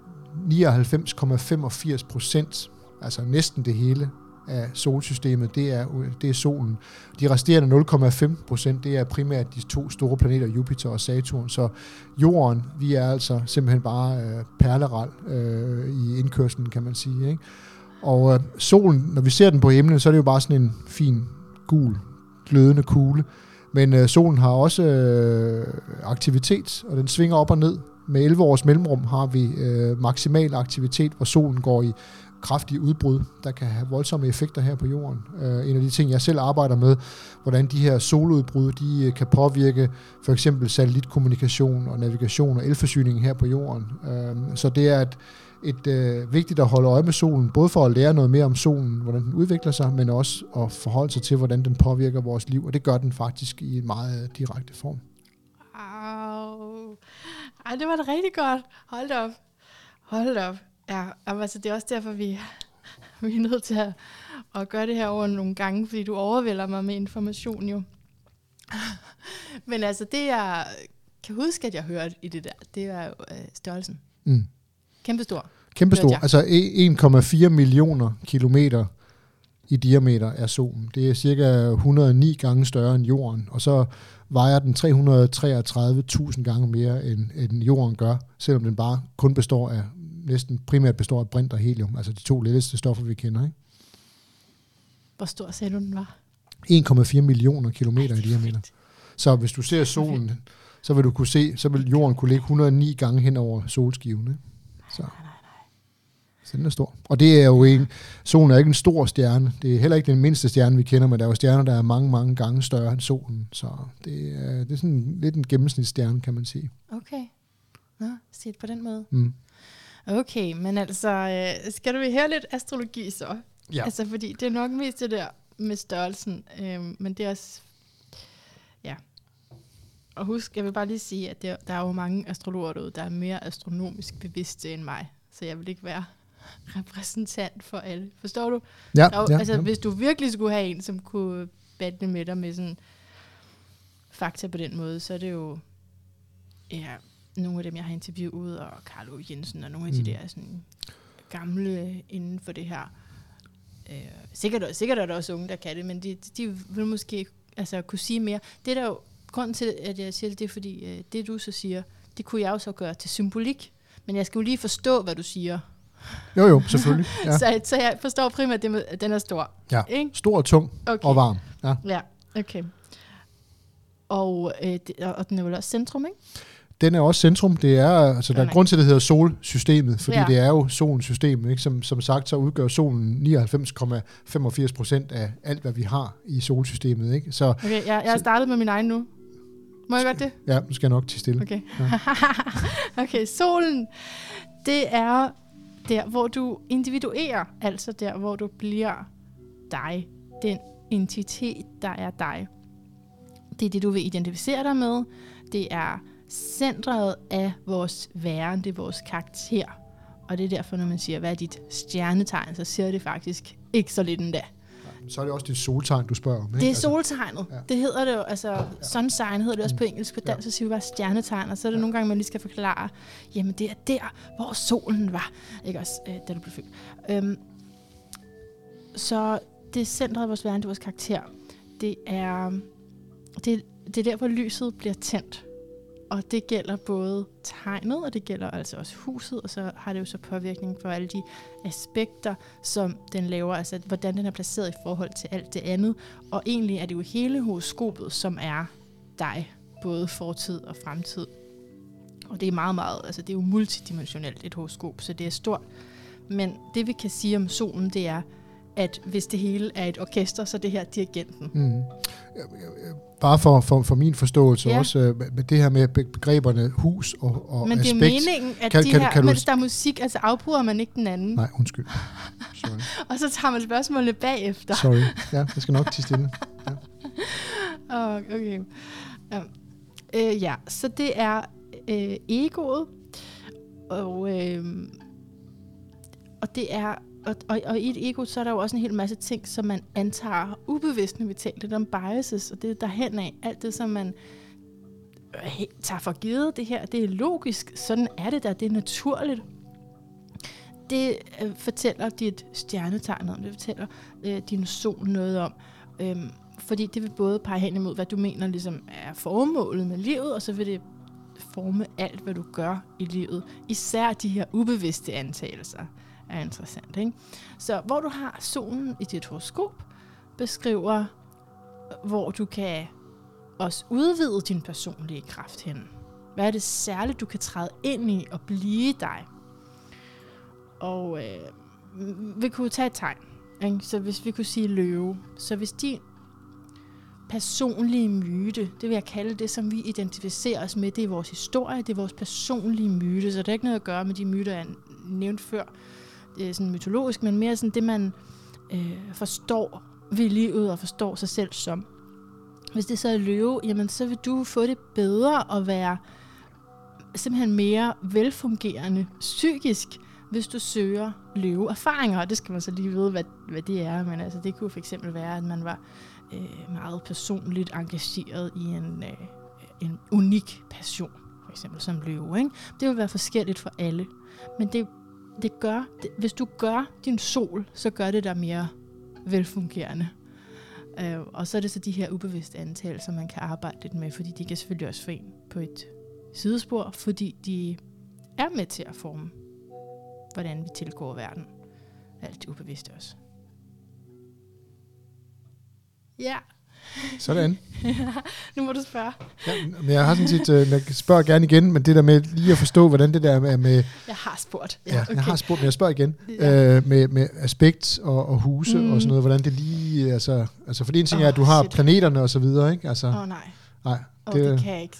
99,85%, altså næsten det hele af solsystemet, det er solen. De resterende 0,5%, det er primært de 2 store planeter, Jupiter og Saturn. Så jorden, vi er altså simpelthen bare perleral i indkørslen, kan man sige. Ikke? Og solen, når vi ser den på himlen, så er det jo bare sådan en fin, gul, glødende kugle. Men solen har også aktivitet, og den svinger op og ned. Med 11 års mellemrum har vi maksimal aktivitet, hvor solen går i kraftige udbrud, der kan have voldsomme effekter her på jorden. En af de ting, jeg selv arbejder med, hvordan de her soludbrud, de kan påvirke for eksempel satellitkommunikation og navigation og elforsyning her på jorden. Så det er vigtigt at holde øje med solen, både for at lære noget mere om solen, hvordan den udvikler sig, men også at forholde sig til, hvordan den påvirker vores liv, og det gør den faktisk i en meget direkte form. Wow. Ej, det var da rigtig godt. Hold da op. Ja, altså det er også derfor, vi er nødt til at gøre det her over nogle gange, fordi du overvælder mig med information jo. Men altså det, jeg kan huske, at jeg hørte i det der, det var jo størrelsen. Mm. Kæmpestor. Altså 1,4 millioner kilometer i diameter er solen. Det er cirka 109 gange større end jorden, og så vejer den 333.000 gange mere, end jorden gør, selvom den bare kun primært består af brint og helium, altså de 2 letteste stoffer, vi kender. Ikke? Hvor stor sagde du, den var? 1,4 millioner kilometer i diameter. Så hvis du ser solen, så vil jorden kunne ligge 109 gange hen over solskiven. Ikke? Så. Så den er stor. Og det er jo solen er ikke en stor stjerne. Det er heller ikke den mindste stjerne, vi kender, men der er jo stjerner, der er mange, mange gange større end solen. Så det er sådan lidt en gennemsnitsstjerne, kan man sige. Okay. Nå, set på den måde. Mm. Okay, men altså, skal du høre lidt astrologi så? Ja. Altså, fordi det er nok mest det der med størrelsen, men det er også, ja. Og husk, jeg vil bare lige sige, at der er jo mange astrologer derude, der er mere astronomisk bevidste end mig, så jeg vil ikke være repræsentant for alle. Forstår du? Ja, Hvis du virkelig skulle have en, som kunne batte med dig med sådan fakta på den måde, så er det jo nogle af dem, jeg har interviewet, og Carlo Jensen, og nogle af de der sådan gamle inden for det her. Sikkert er der også unge, der kan det, men de vil måske kunne sige mere. Det er der jo grunden til, at jeg siger det, er fordi, det du så siger, det kunne jeg jo så gøre til symbolik, men jeg skal jo lige forstå, hvad du siger. Jo, selvfølgelig. Ja. Så jeg forstår primært, at den er stor. Ja, ikke? Stor, tung og varm. Ja, okay. Og den er vel også centrum, ikke? Den er også centrum. Det er, altså, der er grund til, at det hedder solsystemet, fordi det er jo solens system. Ikke? Som sagt, så udgør solen 99,85% af alt, hvad vi har i solsystemet. Ikke? Så, okay, jeg har startet med min egen nu. Må jeg godt det? Ja, nu skal jeg nok til stille. Okay. Ja. Okay, solen, det er der, hvor du individuerer, altså der, hvor du bliver dig. Den entitet, der er dig. Det er det, du vil identificere dig med. Det er centret af vores væren, det er vores karakter. Og det er derfor, når man siger, hvad er dit stjernetegn, så siger det faktisk ikke så lidt endda. Så er det også dit soltegn, du spørger om. Ikke? Det er soltegnet. Ja. Det hedder det jo, sun sign hedder det også på engelsk. På dansk så siger vi bare stjernetegn, og så er det nogle gange, man lige skal forklare, jamen det er der, hvor solen var, ikke også, da du blev født. Så det er centret af vores væren, det er vores karakter. Det er der, hvor lyset bliver tændt. Og det gælder både tegnet, og det gælder altså også huset, og så har det jo så påvirkning for alle de aspekter, som den laver, altså hvordan den er placeret i forhold til alt det andet. Og egentlig er det jo hele horoskopet, som er dig, både fortid og fremtid. Og det er meget, meget, altså det er jo multidimensionelt et horoskop, så det er stort. Men det vi kan sige om solen, det er, at hvis det hele er et orkester, så det her dirigenten. Mm. Bare for min forståelse også, med det her med begreberne hus og men aspekt. Men det er meningen, at mens der er musik, altså afbryder man ikke den anden. Nej, undskyld. Sorry. Og så tager man spørgsmålene bagefter. Sorry, ja, jeg skal nok til stille. Ja. Okay. Så det er egoet, og det er og i et ego, så er der jo også en hel masse ting, som man antager ubevidst, når vi taler lidt om biases, og det er derhen af. Alt det, som man tager for givet, det her, det er logisk. Sådan er det der, det er naturligt. Det fortæller dit stjernetegn om, det fortæller din sol noget om. Fordi det vil både pege hen imod, hvad du mener ligesom er formålet med livet, og så vil det forme alt, hvad du gør i livet. Især de her ubevidste antagelser er interessant, ikke? Så hvor du har solen i dit horoskop, beskriver, hvor du kan også udvide din personlige kraft hen. Hvad er det særligt, du kan træde ind i og blive dig? Og vi kunne tage et tegn, ikke? Så hvis vi kunne sige løve, så hvis din personlige myte, det vil jeg kalde det, som vi identificerer os med, det er vores historie, det er vores personlige myte, så det er ikke noget at gøre med de myter, jeg nævnte før. Det er sådan mytologisk, men mere sådan det, man forstår ved livet og forstår sig selv som. Hvis det så er løve, jamen så vil du få det bedre og være simpelthen mere velfungerende psykisk, hvis du søger løveerfaringer. Og det skal man så lige vide, hvad det er. Men altså, det kunne for eksempel være, at man var meget personligt engageret i en unik passion, for eksempel som løve. Ikke? Det vil være forskelligt for alle. Men hvis du gør din sol, så gør det dig mere velfungerende. Og så er det så de her ubevidste antagelser, man kan arbejde lidt med, fordi de kan selvfølgelig også få en på et sidespor, fordi de er med til at forme, hvordan vi tilgår verden. Alt det ubevidste også. Ja, Sådan. Nu må du spørge. Ja, men jeg har sådan set, jeg spørger gerne igen, men det der med lige at forstå, hvordan det der er med... Jeg har spurgt. Ja, okay. Jeg har spurgt, men jeg spørger igen. Ja. Med aspekt og huse og sådan noget, hvordan det lige... Altså for det ene ting er, at du har planeterne og så videre, ikke? Altså, nej. Nej. Det kan jeg ikke.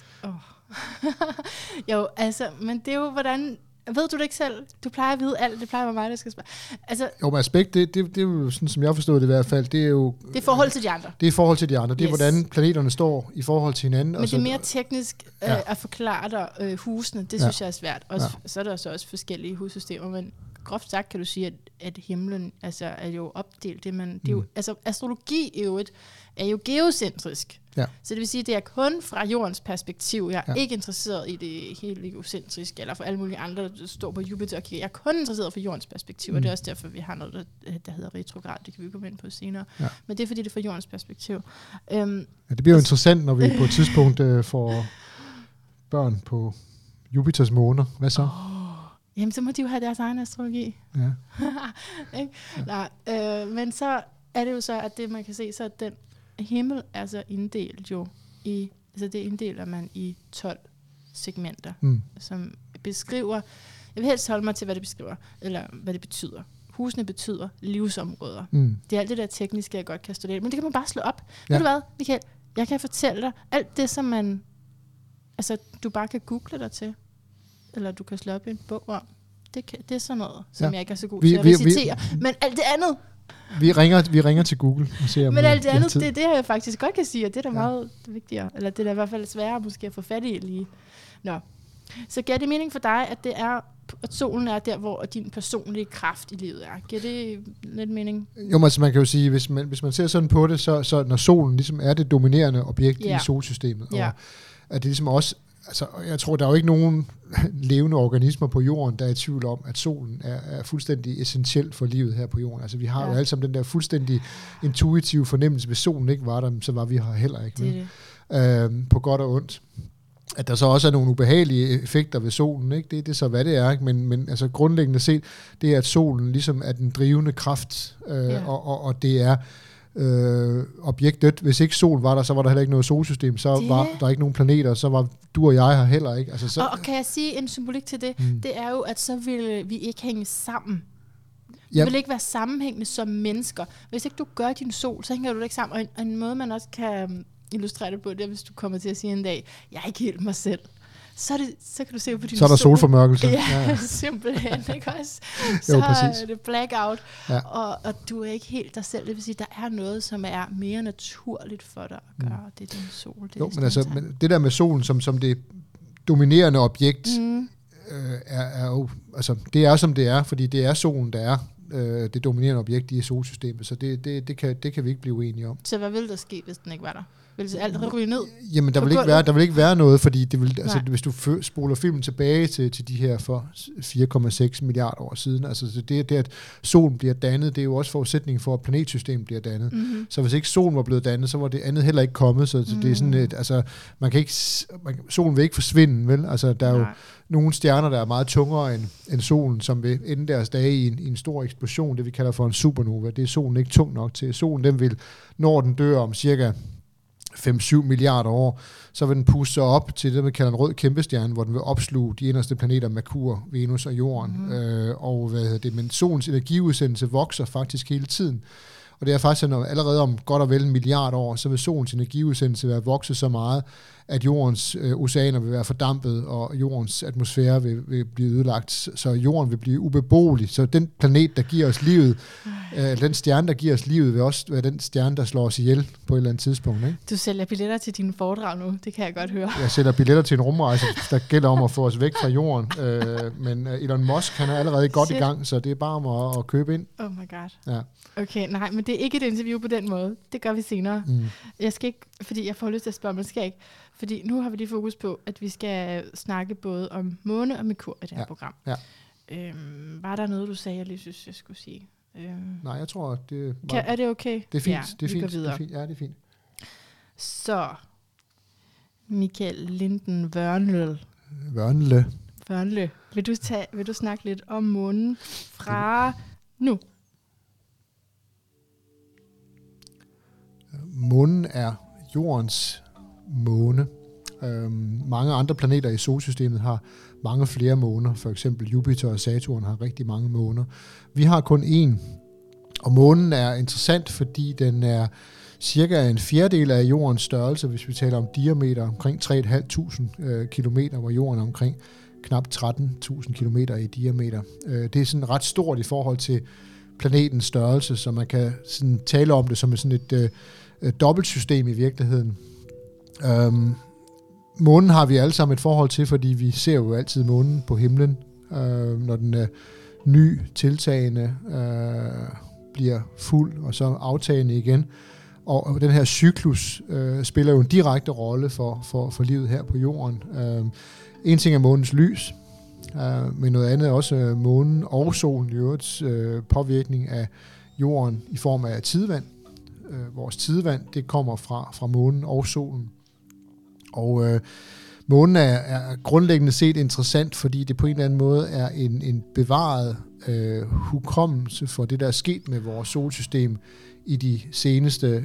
Jo, altså, men det er jo, hvordan... Ved du det ikke selv? Du plejer at vide alt. Det plejer at være mig, der skal spørge. Altså, jo, men aspekt, det er jo sådan, som jeg forstod det i hvert fald, det er jo... Det er forhold til de andre. Det er forhold til de andre. Det er, hvordan planeterne står i forhold til hinanden. Men det er mere teknisk at forklare dig husene. Det synes jeg er svært. Så er der også forskellige hussystemer, men groft sagt kan du sige, at himlen altså, er jo opdelt. Det er jo, altså, astrologi er jo geocentrisk. Ja. Så det vil sige, at det er kun fra jordens perspektiv. Jeg er ikke interesseret i det hele geocentriske, eller for alle mulige andre, der står på Jupiter og kigger. Jeg er kun interesseret for jordens perspektiv, og det er også derfor, vi har noget, der hedder retrograd. Det kan vi komme ind på senere. Ja. Men det er, fordi det er fra jordens perspektiv. Det bliver jo interessant, når vi på et tidspunkt får børn på Jupiters måner. Hvad så? Jamen, så må de jo have deres egen astrologi. Ja. Nej, men så er det jo så, at det man kan se, så at den himmel er så inddelt jo i, altså det inddeler man i 12 segmenter, som beskriver, jeg vil helst holde mig til, hvad det beskriver, eller hvad det betyder. Husene betyder livsområder. Det er alt det der tekniske, jeg godt kan studere, men det kan man bare slå op. Ja. Ved du hvad, Michael? Jeg kan fortælle dig, alt det, som man, altså du bare kan google dig til, eller du kan slå op i en bog om. Det er sådan noget, som jeg ikke er så god til at recitere. Men alt det andet... Vi ringer til Google og ser, om men alt det andet, det er det, jeg faktisk godt kan sige, og det er da meget vigtigere. Eller det er da i hvert fald sværere måske at få fat i lige. Nå. Så giver det mening for dig, at solen er der, hvor din personlige kraft i livet er? Giver det lidt mening? Jo, altså man kan jo sige, hvis man ser sådan på det, så når solen ligesom er det dominerende objekt i solsystemet, og at det ligesom også... Altså, jeg tror, der er jo ikke nogen levende organismer på jorden, der er i tvivl om, at solen er fuldstændig essentiel for livet her på jorden. Altså, vi har jo alle sammen den der fuldstændig intuitive fornemmelse, hvis solen ikke var der, så var vi her heller ikke. Det. På godt og ondt. At der så også er nogle ubehagelige effekter ved solen, ikke? Det er så, hvad det er. Ikke? Men altså, grundlæggende set, det er, at solen ligesom er den drivende kraft, og det er... objektet. Hvis ikke sol var der, så var der heller ikke noget solsystem, så var der ikke nogen planeter, så var du og jeg her heller ikke. Altså, så, og kan jeg sige en symbolik til det? Det er jo, at så vil vi ikke hænge sammen. Vi vil ikke være sammenhængende som mennesker. Hvis ikke du gør din sol, så hænger du ikke sammen. Og en måde, man også kan illustrere det på, det er, hvis du kommer til at sige en dag, jeg er ikke helt mig selv. Så kan du se på din sol. Så er der solformørkelse. Ja, simpelthen. Ikke også? Så er det blackout. Ja. Og du er ikke helt dig selv. Det vil sige, der er noget, som er mere naturligt for dig at gøre. Det er din sol. Det men altså, men det der med solen som det dominerende objekt, er jo, altså, det er som det er, fordi det er solen, der er det dominerende objekt i solsystemet. Så det kan vi ikke blive uenige om. Så hvad ville der ske, hvis den ikke var der? Vil det alt ryge ned? Jamen, der vil ikke være noget, fordi det vil, altså, hvis du spoler filmen tilbage til de her for 4,6 milliarder år siden, altså det at solen bliver dannet, det er jo også forudsætningen for, at planetsystemet bliver dannet. Så hvis ikke solen var blevet dannet, så var det andet heller ikke kommet, så det er sådan et, altså, solen vil ikke forsvinde, vel? Altså, der er jo nogle stjerner, der er meget tungere end solen, som vil ende deres dage i en stor eksplosion, det vi kalder for en supernova. Det er solen ikke tung nok til. Solen, den vil, når den dør om cirka 5-7 milliarder år, så vil den puste sig op til det, man kalder en rød kæmpestjerne, hvor den vil opsluge de inderste planeter, Merkur, Venus og Jorden. Men solens energiudsendelse vokser faktisk hele tiden. Og det er faktisk, at allerede om godt og vel 1 milliard år, så vil solens energiudsendelse være vokset så meget, at jordens oceaner vil være fordampet, og jordens atmosfære vil blive ødelagt, så jorden vil blive ubeboelig. Så den planet, der giver os livet, den stjerne, der giver os livet, vil også være den stjerne, der slår os ihjel på et eller andet tidspunkt. Ikke? Du sælger billetter til dine foredrag nu, det kan jeg godt høre. Jeg sælger billetter til en rumrejse, der gælder om at få os væk fra jorden. Men Elon Musk, han er allerede godt i gang, så det er bare om at købe ind. Oh my god. Ja. Okay, nej, men det er ikke et interview på den måde. Det gør vi senere. Jeg skal ikke, fordi jeg får lyst til at spørge, men skal jeg ikke. Fordi nu har vi lige fokus på, at vi skal snakke både om måne og Merkur i det her program. Ja. Var der noget, du sagde, jeg lige synes, jeg skulle sige? Nej, jeg tror, det var... Er det okay? Det er fint. Ja, det er fint. går videre. Det er fint. Ja, det er fint. Så, Michael Linden Wørnlø. Vil du snakke lidt om månen fra nu? Månen er jordens måne. Mange andre planeter i solsystemet har mange flere måner. For eksempel Jupiter og Saturn har rigtig mange måner. Vi har kun én. Og månen er interessant, fordi den er cirka en fjerdedel af jordens størrelse, hvis vi taler om diameter, omkring 3.500 kilometer, hvor jorden er omkring knap 13.000 kilometer i diameter. Det er sådan ret stort i forhold til planetens størrelse, så man kan sådan tale om det som sådan et dobbeltsystem i virkeligheden. Månen har vi alle sammen et forhold til, fordi vi ser jo altid månen på himlen, når den er ny, tiltagende, bliver fuld og så aftagende igen. Og den her cyklus spiller jo en direkte rolle for livet her på jorden. En ting er månens lys, men noget andet er også månen og solen i øvrigt påvirkning af jorden i form af tidevand. Vores tidevand, det kommer fra månen og solen. Og månen er grundlæggende set interessant, fordi det på en eller anden måde er en bevaret hukommelse for det, der er sket med vores solsystem i de seneste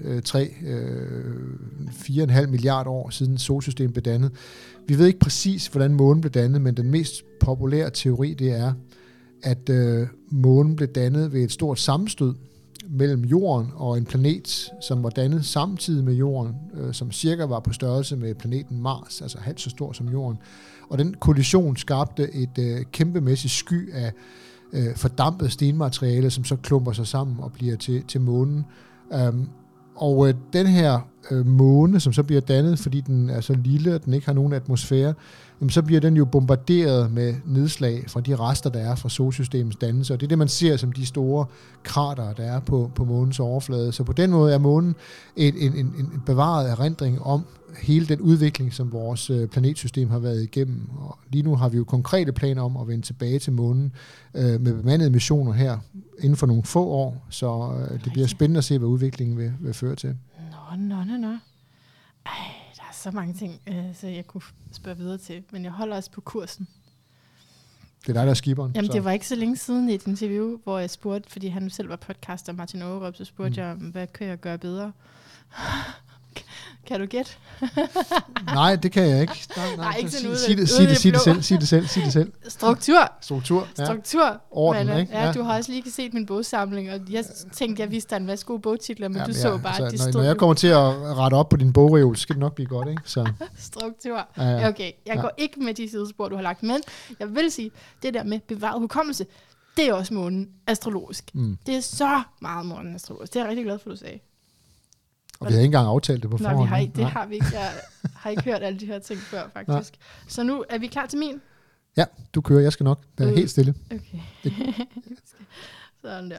4,5 milliarder år siden solsystemet blev dannet. Vi ved ikke præcis, hvordan månen blev dannet, men den mest populære teori, det er, at månen blev dannet ved et stort sammenstød mellem jorden og en planet, som var dannet samtidig med jorden, som cirka var på størrelse med planeten Mars, altså halvt så stor som jorden. Og den kollision skabte et kæmpemæssigt sky af fordampet stenmateriale, som så klumper sig sammen og bliver til månen. Og den her måne, som så bliver dannet, fordi den er så lille, og den ikke har nogen atmosfære, så bliver den jo bombarderet med nedslag fra de rester, der er fra solsystemets dannelse. Og det er det, man ser som de store krater, der er på månens overflade. Så på den måde er månen en bevaret erindring om hele den udvikling, som vores planetsystem har været igennem. Og lige nu har vi jo konkrete planer om at vende tilbage til månen med bemandede missioner her inden for nogle få år. Så det bliver spændende at se, hvad udviklingen vil føre til. Nå. Ej, der er så mange ting, så jeg kunne spørge videre til, men jeg holder også på kursen. Det er dig, der er skiberen. Jamen, det var ikke så længe siden i et interview, hvor jeg spurgte, fordi han selv var podcaster, Martin Aarup, så spurgte jeg, hvad kan jeg gøre bedre? Kan du gætte? Nej, det kan jeg ikke. Nej, ikke sådan Sig det selv. Struktur. Orden, men, ikke? Ja, du har også lige set min bogsamling, og jeg tænkte, jeg vidste, der en masse gode bogtitler, men du så bare, at de stod... Når jeg kommer til at rette op på din bogreol, så skal det nok blive godt, ikke? Så. Struktur. Ja. Okay, jeg går ikke med de sidespor, du har lagt, men jeg vil sige, det der med bevaret hukommelse, det er også månen astrologisk. Det er så meget månen astrologisk. Det er jeg rigtig glad for, du sagde. Og vi har ikke engang aftalt det på forhånd. Nej, det har vi ikke. Jeg har ikke hørt alle de her ting før, faktisk. Nej. Så nu er vi klar til min? Ja, du kører. Jeg skal nok være helt stille. Okay. Sådan der.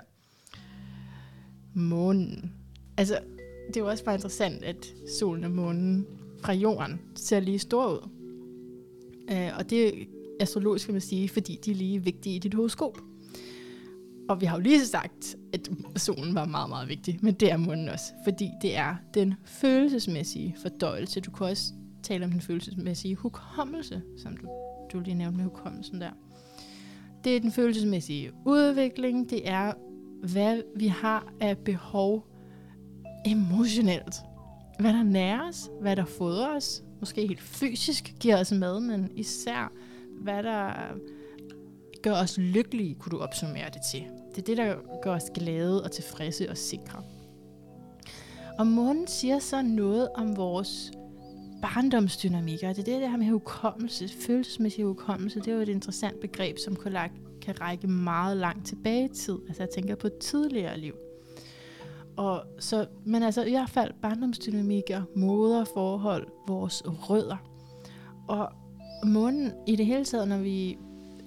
Månen. Altså, det er jo også bare interessant, at solen og månen fra jorden ser lige stor ud. Og det er astrologisk, kan man sige, fordi de er lige vigtige i dit horoskop. Og vi har jo lige sagt, at solen var meget, meget vigtig, men det er månen også, fordi det er den følelsesmæssige fordøjelse. Du kan også tale om den følelsesmæssige hukommelse, som du lige nævnte med hukommelsen der. Det er den følelsesmæssige udvikling, det er, hvad vi har af behov emotionelt. Hvad der nærer os, hvad der fodrer os, måske helt fysisk giver os mad, men især hvad der gør os lykkelige, kunne du opsummere det til. Det er det, der gør os glade og tilfredse og sikre. Og månen siger så noget om vores barndomsdynamikker. Det er det her med hukommelse, følelsesmæssig hukommelse. Det er jo et interessant begreb, som kan række meget langt tilbage i tid. Altså jeg tænker på tidligere liv. Men altså i hvert fald barndomsdynamikker, moderforhold, vores rødder. Og månen i det hele taget, når vi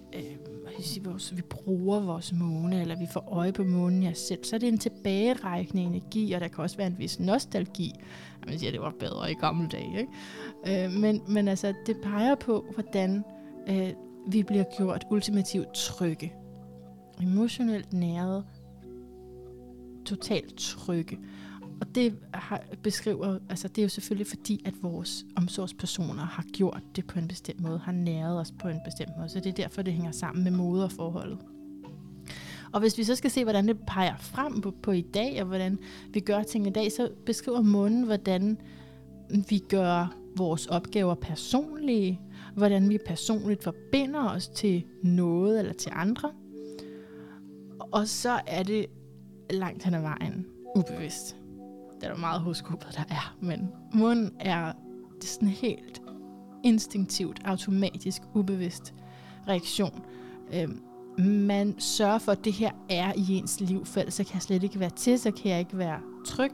bruger vores måne, eller vi får øje på månen i os selv, så er det en tilbagerækkende energi, og der kan også være en vis nostalgi. Man siger, det var bedre i gamle dage, ikke? Men altså, det peger på, hvordan vi bliver gjort ultimativt trygge. Emotionelt næret, totalt trygge. Og det beskriver, altså det er jo selvfølgelig fordi, at vores omsorgspersoner har gjort det på en bestemt måde, har næret os på en bestemt måde. Så det er derfor, det hænger sammen med moderforholdet. Og hvis vi så skal se, hvordan det peger frem på i dag, og hvordan vi gør ting i dag, så beskriver månen, hvordan vi gør vores opgaver personlige, hvordan vi personligt forbinder os til noget eller til andre. Og så er det langt hen ad vejen ubevidst. Det er der meget horoskopet, der er, men månen er det sådan helt instinktivt, automatisk, ubevidst reaktion. Man sørger for, at det her er i ens liv, for ellers så kan jeg slet ikke være til, så kan jeg ikke være tryg.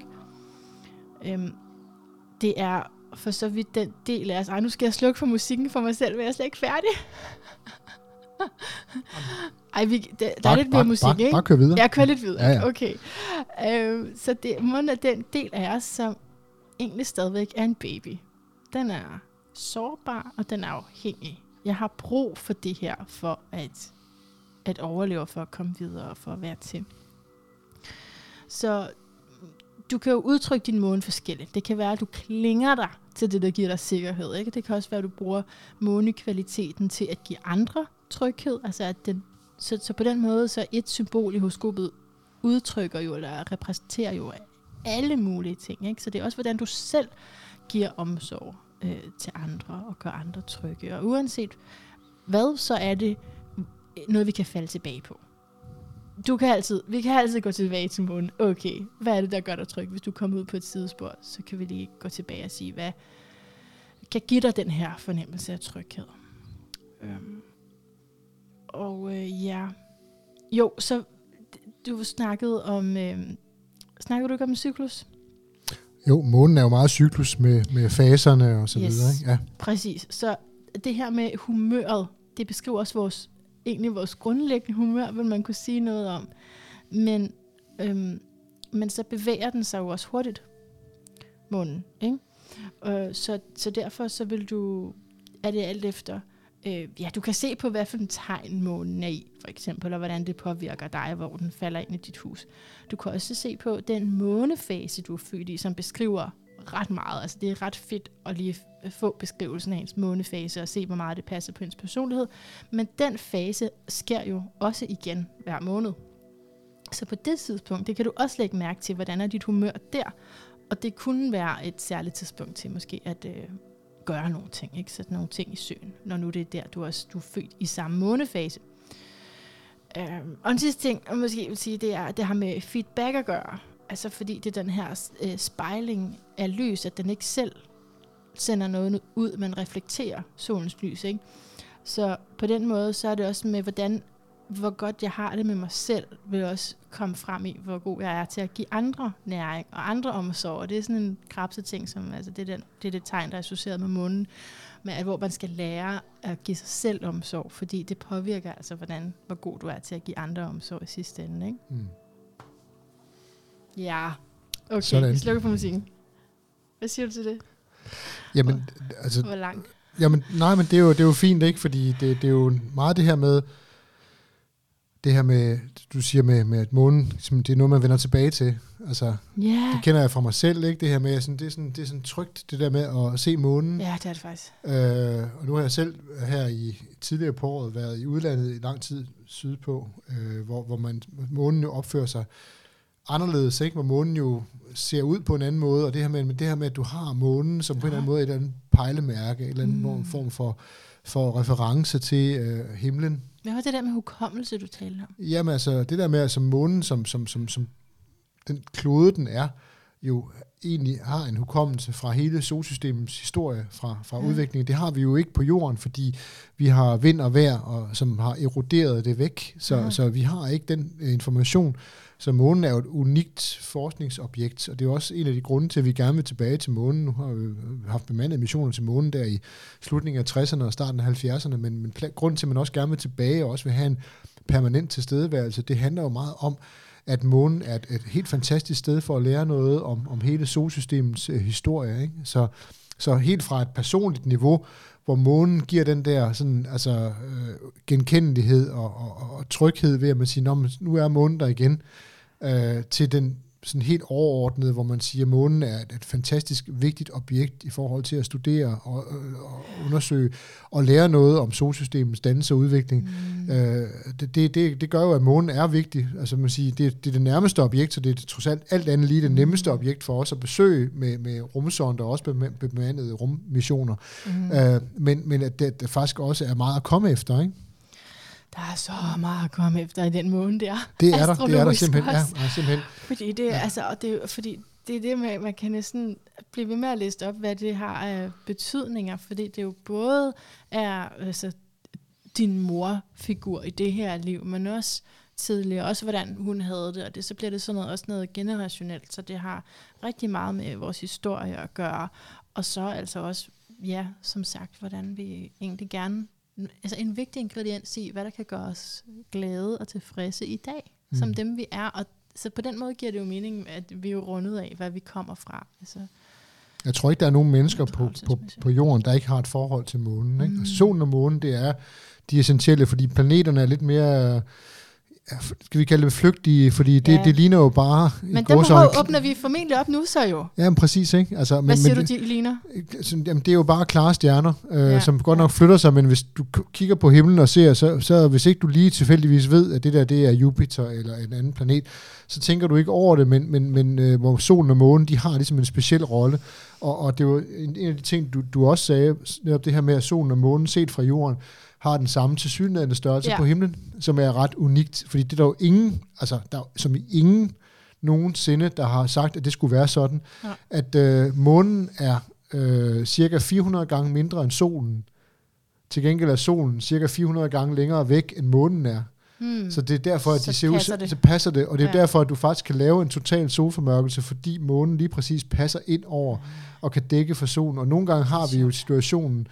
Det er for så vidt den del af os. Nu skal jeg slukke for musikken for mig selv, men jeg er slet ikke færdig. Der er lidt mere musik, ikke? Bare kør videre. Jeg kører lidt videre, ja. Okay. Så måden er den del af os, som egentlig stadigvæk er en baby. Den er sårbar, og den er afhængig. Jeg har brug for det her, for at overleve, for at komme videre, og for at være til. Så du kan jo udtrykke din måne forskelligt. Det kan være, at du klinger dig til det, der giver dig sikkerhed. Ikke? Det kan også være, at du bruger månekvaliteten til at give andre tryghed. Altså at så på den måde, så et symbol i horoskopet udtrykker jo, eller repræsenterer jo alle mulige ting. Ikke? Så det er også, hvordan du selv giver omsorg til andre, og gør andre trygge. Og uanset hvad, så er det noget, vi kan falde tilbage på. Vi kan altid gå tilbage til månen. Okay, hvad er det, der gør dig tryg? Hvis du kommer ud på et sidespor, så kan vi lige gå tilbage og sige, hvad kan give dig den her fornemmelse af tryghed. Jo, så du snakkede om... snakkede du ikke om en cyklus? Jo, månen er jo meget cyklus med faserne og så videre. Ikke? Ja. Præcis. Så det her med humøret, det beskriver også vores grundlæggende humør, vil man kunne sige noget om. Men så bevæger den sig jo også hurtigt, månen. Ikke? Så derfor så vil er det alt efter, du kan se på, hvad for en tegn månen er i, for eksempel, og hvordan det påvirker dig, hvor den falder ind i dit hus. Du kan også se på den månefase, du er født i, som beskriver ret meget. Altså det er ret fedt at lige få beskrivelsen af ens månefase og se, hvor meget det passer på ens personlighed. Men den fase sker jo også igen hver måned. Så på det tidspunkt, det kan du også lægge mærke til, hvordan er dit humør der. Og det kunne være et særligt tidspunkt til måske at gøre nogle ting, ikke? Sætte nogle ting i søen, når nu det er der, du er født i samme månefase. Og en sidste ting, jeg måske vil sige, det er, at det har med feedback at gøre. Altså fordi det er den her spejling af lys, at den ikke selv sender noget ud, men reflekterer solens lys, ikke? Så på den måde, så er det også med, hvor godt jeg har det med mig selv, vil også komme frem i, hvor god jeg er til at give andre næring og andre omsorg. Og det er sådan en krabset ting, som altså det er det tegn, der er associeret med månen, med hvor man skal lære at give sig selv omsorg, fordi det påvirker altså, hvor god du er til at give andre omsorg i sidste ende, ikke? Mm. Ja, okay, vi slukker på musikken. Hvad siger du til det? Jamen, altså... Hvor langt? Jamen, nej, men det er jo fint, ikke? Fordi det er jo meget det her med, du siger med at månen, det er noget, man vender tilbage til. Altså, det kender jeg fra mig selv, ikke? Det her med, sådan, det er sådan trygt, det der med at se månen. Ja, det er det faktisk. Og nu har jeg selv her tidligere på året været i udlandet i lang tid sydpå, hvor månen jo opfører sig anderledes, ikke? Hvor månen jo ser ud på en anden måde, og det her med at du har månen som på en eller anden måde et eller andet pejlemærke, en eller anden form for reference til himlen. Hvad var det der med hukommelse, du talte om? Jamen altså, det der med, at månen, som den klode, den er, jo egentlig har en hukommelse fra hele solsystemets historie, fra udviklingen. Det har vi jo ikke på jorden, fordi vi har vind og vejr, som har eroderet det væk. Så vi har ikke den information. Så månen er jo et unikt forskningsobjekt, og det er også en af de grunde til, at vi gerne vil tilbage til månen. Nu har vi haft bemandede missioner til månen der i slutningen af 60'erne og starten af 70'erne, men grunden til, at man også gerne vil tilbage og også vil have en permanent tilstedeværelse, det handler jo meget om, at månen er et helt fantastisk sted for at lære noget om hele solsystemets historie. Ikke? Så helt fra et personligt niveau, hvor månen giver den der sådan, genkendelighed og tryghed ved, at man siger, nu er månen der igen, til den sådan helt overordnet, hvor man siger, at månen er et fantastisk vigtigt objekt i forhold til at studere og undersøge og lære noget om solsystemets dannelse og udvikling. Det gør jo, at månen er vigtig. Altså man siger, det er det nærmeste objekt, så det er trods alt andet lige det nemmeste objekt for os at besøge med rumsonder og også bemandede rummissioner. Men at det faktisk også er meget at komme efter, ikke? Der er så meget at komme efter i den måne der. Det er der simpelthen. Ja, simpelthen. Fordi det, altså, fordi det er det med, man kan næsten blive ved med at læse op, hvad det har af betydninger, fordi det jo både er altså, din morfigur i det her liv, men også tidligere, også hvordan hun havde det, og så bliver det sådan noget, også noget generationelt, så det har rigtig meget med vores historie at gøre, og så altså også, ja, som sagt, hvordan vi egentlig gerne, altså en vigtig ingrediens i, hvad der kan gøre os glade og tilfredse i dag, som dem vi er, og så på den måde giver det jo mening, at vi er jo rundet af, hvad vi kommer fra. Altså, jeg tror ikke, der er nogen mennesker på jorden, der ikke har et forhold til månen. Ikke? Og solen og månen, det er de essentielle, fordi planeterne er lidt mere, skal vi kalde det flygtige, fordi det ligner jo bare... Men dem åbner vi formentlig op nu så jo. Ja, præcis, ikke? Altså, hvad siger du, de ligner? Jamen, det er jo bare klare stjerner, som godt nok flytter sig, men hvis du kigger på himlen og ser, så hvis ikke du lige tilfældigvis ved, at det er Jupiter eller en anden planet, så tænker du ikke over det, men hvor solen og månen, de har ligesom en speciel rolle. Og det var en af de ting, du også sagde, netop det her med, at solen og månen set fra jorden, har den samme tilsyneladende størrelse på himlen, som er ret unikt, fordi det er der jo ingen, altså som i ingen nogensinde, der har sagt, at det skulle være sådan, at månen er cirka 400 gange mindre end solen. Til gengæld er solen cirka 400 gange længere væk, end månen er. Så det er derfor, at de ser ud, så passer det, og det er derfor, at du faktisk kan lave en total solformørkelse, fordi månen lige præcis passer ind over og kan dække for solen. Og nogle gange har vi jo situationen,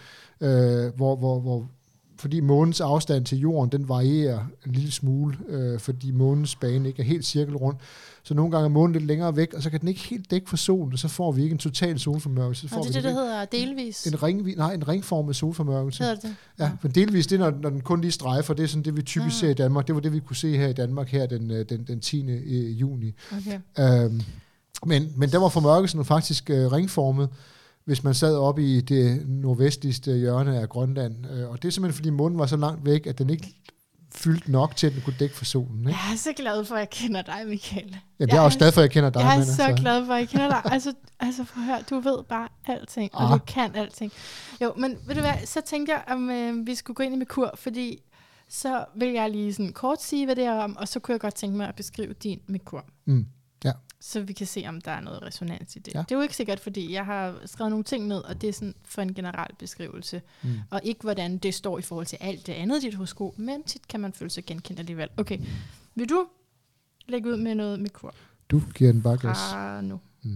hvor fordi månens afstand til jorden, den varierer en lille smule, fordi månens bane ikke er helt cirkelrund. Så nogle gange er månen lidt længere væk, og så kan den ikke helt dække for solen, og så får vi ikke en total solformørkelse. Og det er det, der hedder delvis? En ringformet solformørkelse. Hedder det? Ja, men delvis, det er, når den kun lige strejfer. Det er sådan det, vi typisk ser i Danmark. Det var det, vi kunne se her i Danmark her den 10. juni. Okay. Men der var formørkelsen faktisk ringformet, hvis man sad oppe i det nordvestligste hjørne af Grønland. Og det er simpelthen, fordi månen var så langt væk, at den ikke fyldte nok til, at den kunne dække for solen. Ikke? Jeg er så glad for, at jeg kender dig, Michael. Ja, jeg er også glad for, at jeg kender dig. Jeg er så glad for, at jeg kender dig. Altså for at høre, du ved bare alting, og du kan alting. Jo, men ved du hvad, så tænkte jeg, om vi skulle gå ind i Merkur, fordi så vil jeg lige sådan kort sige, hvad det er om, og så kunne jeg godt tænke mig at beskrive din Merkur. Ja. Så vi kan se, om der er noget resonans i det. Ja. Det er jo ikke sikkert, fordi jeg har skrevet nogle ting ned, og det er sådan for en generel beskrivelse. Og ikke, hvordan det står i forhold til alt det andet i dit horoskop, men tit kan man føle sig genkendt alligevel. Okay, vil du lægge ud med noget Merkur? Du giver den bare gas. Nu.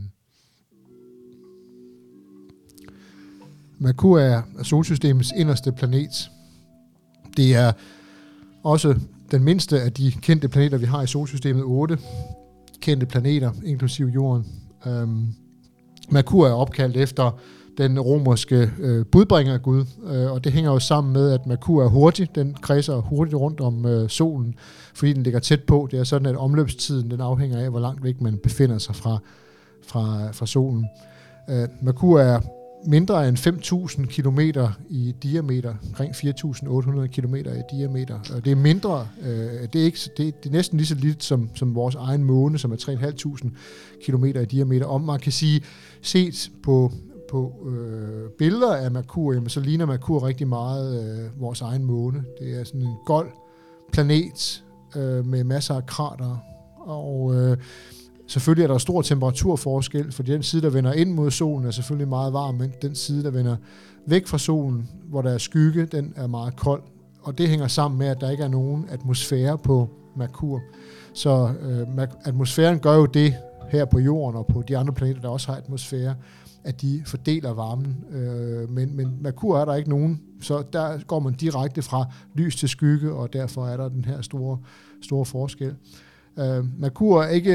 Merkur er solsystemets inderste planet. Det er også den mindste af de kendte planeter, vi har i solsystemet, 8 kendte planeter, inklusive jorden. Merkur er opkaldt efter den romerske budbringergud, og det hænger jo sammen med, at Merkur er hurtig. Den kredser hurtigt rundt om solen, fordi den ligger tæt på. Det er sådan, at omløbstiden den afhænger af, hvor langt væk man befinder sig fra solen. Merkur er mindre end 5.000 kilometer i diameter, omkring 4.800 kilometer i diameter. Og det er mindre, det er næsten lige så lidt som vores egen måne, som er 3.500 kilometer i diameter. Om man kan sige, set på billeder af Merkur, jamen, så ligner Merkur rigtig meget vores egen måne. Det er sådan en gold planet med masser af krater, og selvfølgelig er der stor temperaturforskel, fordi den side, der vender ind mod solen, er selvfølgelig meget varm, men den side, der vender væk fra solen, hvor der er skygge, den er meget kold. Og det hænger sammen med, at der ikke er nogen atmosfære på Merkur. Så atmosfæren gør jo det her på jorden og på de andre planeter, der også har atmosfære, at de fordeler varmen. Men Merkur er der ikke nogen, så der går man direkte fra lys til skygge, og derfor er der den her store forskel. Merkur er ikke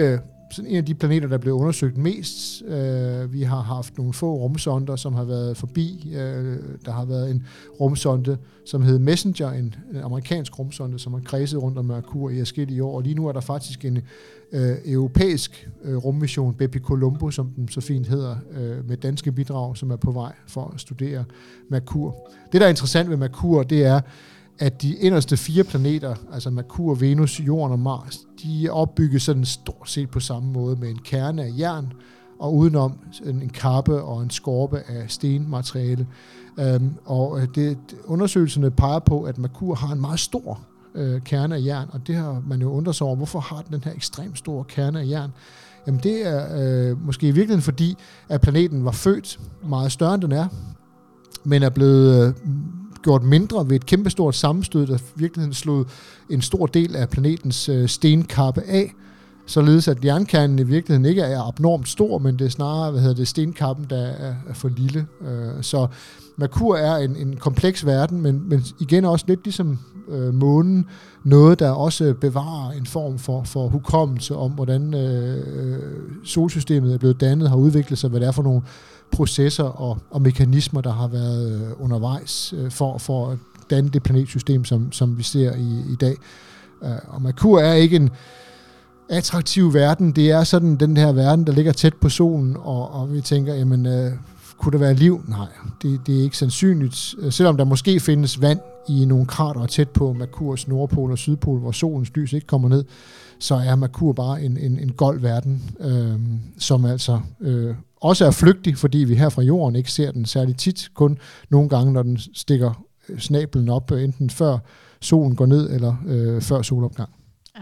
sådan en af de planeter, der blev undersøgt mest. Vi har haft nogle få rumsonder, som har været forbi. Der har været en rumsonde, som hed Messenger, en amerikansk rumsonde, som har kredset rundt om Merkur i adskillige år. Og lige nu er der faktisk en europæisk rummission, Bepi-Colombo, som den så fint hedder, med danske bidrag, som er på vej for at studere Merkur. Det, der er interessant ved Merkur, det er, at de inderste 4 planeter, altså Merkur, Venus, Jorden og Mars, de er opbygget sådan stort set på samme måde med en kerne af jern, og udenom en kappe og en skorpe af stenmateriale. Og undersøgelserne peger på, at Merkur har en meget stor kerne af jern, og det har man jo undret sig over, hvorfor har den her ekstremt store kerne af jern? Jamen det er måske i virkeligheden fordi, at planeten var født meget større end den er, men er blevet gjort mindre ved et kæmpestort sammenstød, der virkeligheden slog en stor del af planetens stenkappe af, således at jernkernen i virkeligheden ikke er abnormt stor, men det er snarere stenkappen, der er for lille. Så Merkur er en kompleks verden, men igen også lidt ligesom månen, noget der også bevarer en form for hukommelse om, hvordan solsystemet er blevet dannet, har udviklet sig, hvad det er for nogle processer og mekanismer, der har været undervejs for at danne det planetsystem, som vi ser i dag. Og Merkur er ikke en attraktiv verden. Det er sådan den her verden, der ligger tæt på solen, og vi tænker, jamen, kunne der være liv? Nej, det er ikke sandsynligt. Selvom der måske findes vand i nogle kratere tæt på Merkurs nordpol og sydpol, hvor solens lys ikke kommer ned, så er Merkur bare en gold verden, som altså også er flygtig, fordi vi her fra jorden ikke ser den særlig tit, kun nogle gange, når den stikker snablen op, enten før solen går ned, eller før solopgang.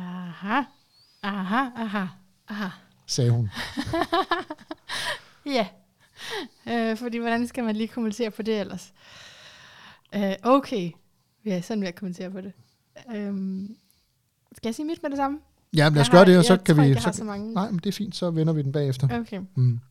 Aha, sagde hun. Ja, fordi hvordan skal man lige kommentere på det ellers? Okay, vi er sådan ved at kommentere på det. Skal jeg sige mit med det samme? Ja, lad os gøre det, og så kan vi... Jeg har så mange. Nej, men det er fint, så vender vi den bagefter. Okay.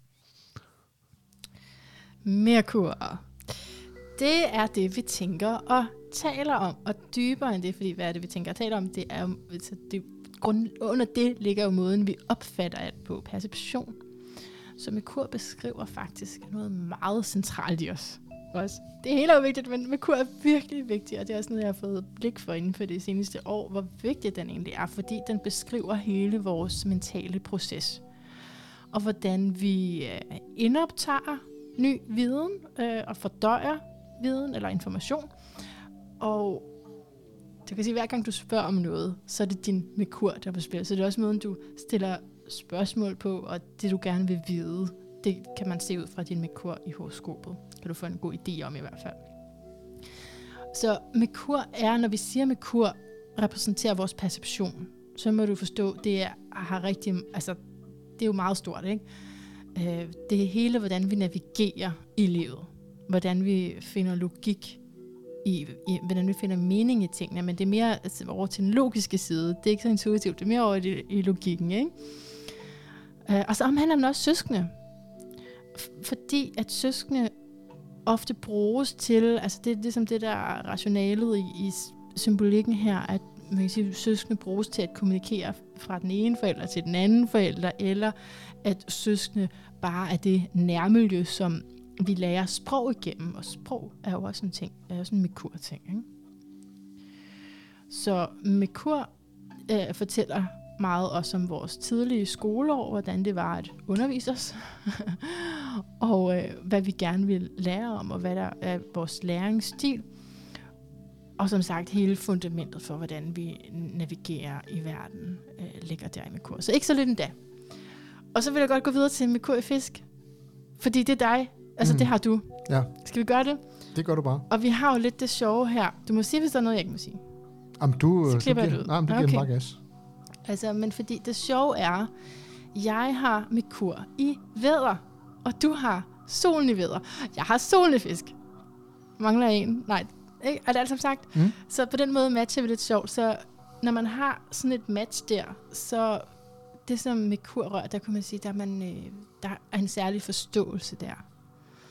Merkur. Det er det, vi tænker og taler om, og dybere end det, fordi hvad er det, vi tænker og taler om? Det er under det ligger jo måden, vi opfatter alt på, perception. Så Merkur beskriver faktisk noget meget centralt i os. Det hele er jo vigtigt, men Merkur er virkelig vigtig, og det er også noget, jeg har fået blik for inden for det seneste år, hvor vigtig den egentlig er, fordi den beskriver hele vores mentale proces. Og hvordan vi indoptager ny viden og fordøjer viden eller information. Og du kan sige, hver gang du spørger om noget, så er det din Merkur, der er på spil. Så det er også måden, du stiller spørgsmål på, og det du gerne vil vide, det kan man se ud fra din Merkur i horoskopet. Kan du få en god idé om i hvert fald. Så Merkur er, når vi siger Merkur repræsenterer vores perception, så må du forstå, det er jo meget stort, ikke? Det er hele, hvordan vi navigerer i livet. Hvordan vi finder logik i hvordan vi finder mening i tingene, men det er mere over til den logiske side. Det er ikke så intuitivt, det er mere over i logikken, ikke? Og så omhandler den også søskende. Fordi at søskende ofte bruges til, altså det er ligesom det der rationalet i symbolikken her, at man kan sige, at søskende bruges til at kommunikere fra den ene forælder til den anden forælder, eller at søskende bare er det nærmiljø, som vi lærer sprog igennem, og sprog er jo også en ting, er også en Merkur-ting, ikke? Så Merkur fortæller meget også om vores tidlige skoleår, hvordan det var at undervise os, og hvad vi gerne vil lære om, og hvad der er vores læringsstil. Og som sagt, hele fundamentet for, hvordan vi navigerer i verden, ligger der i Merkur. Så ikke så lidt endda. Og så vil jeg godt gå videre til Merkur i fisk, fordi det er dig. Altså, det har du. Ja. Skal vi gøre det? Det gør du bare. Og vi har jo lidt det sjove her. Du må sige, hvis der er noget, jeg ikke må sige. Jamen, så klipper jeg det ud. Nej, men det giver bare gas. Altså, men fordi det sjove er, jeg har Merkur i vædder, og du har solen i vædder. Jeg har solen i fisk. Mangler en? Nej, ikke? Er det alt som sagt? Så på den måde matcher vi lidt sjovt. Så når man har sådan et match der, så det som Merkur-rør, der kan man sige, der er en særlig forståelse der.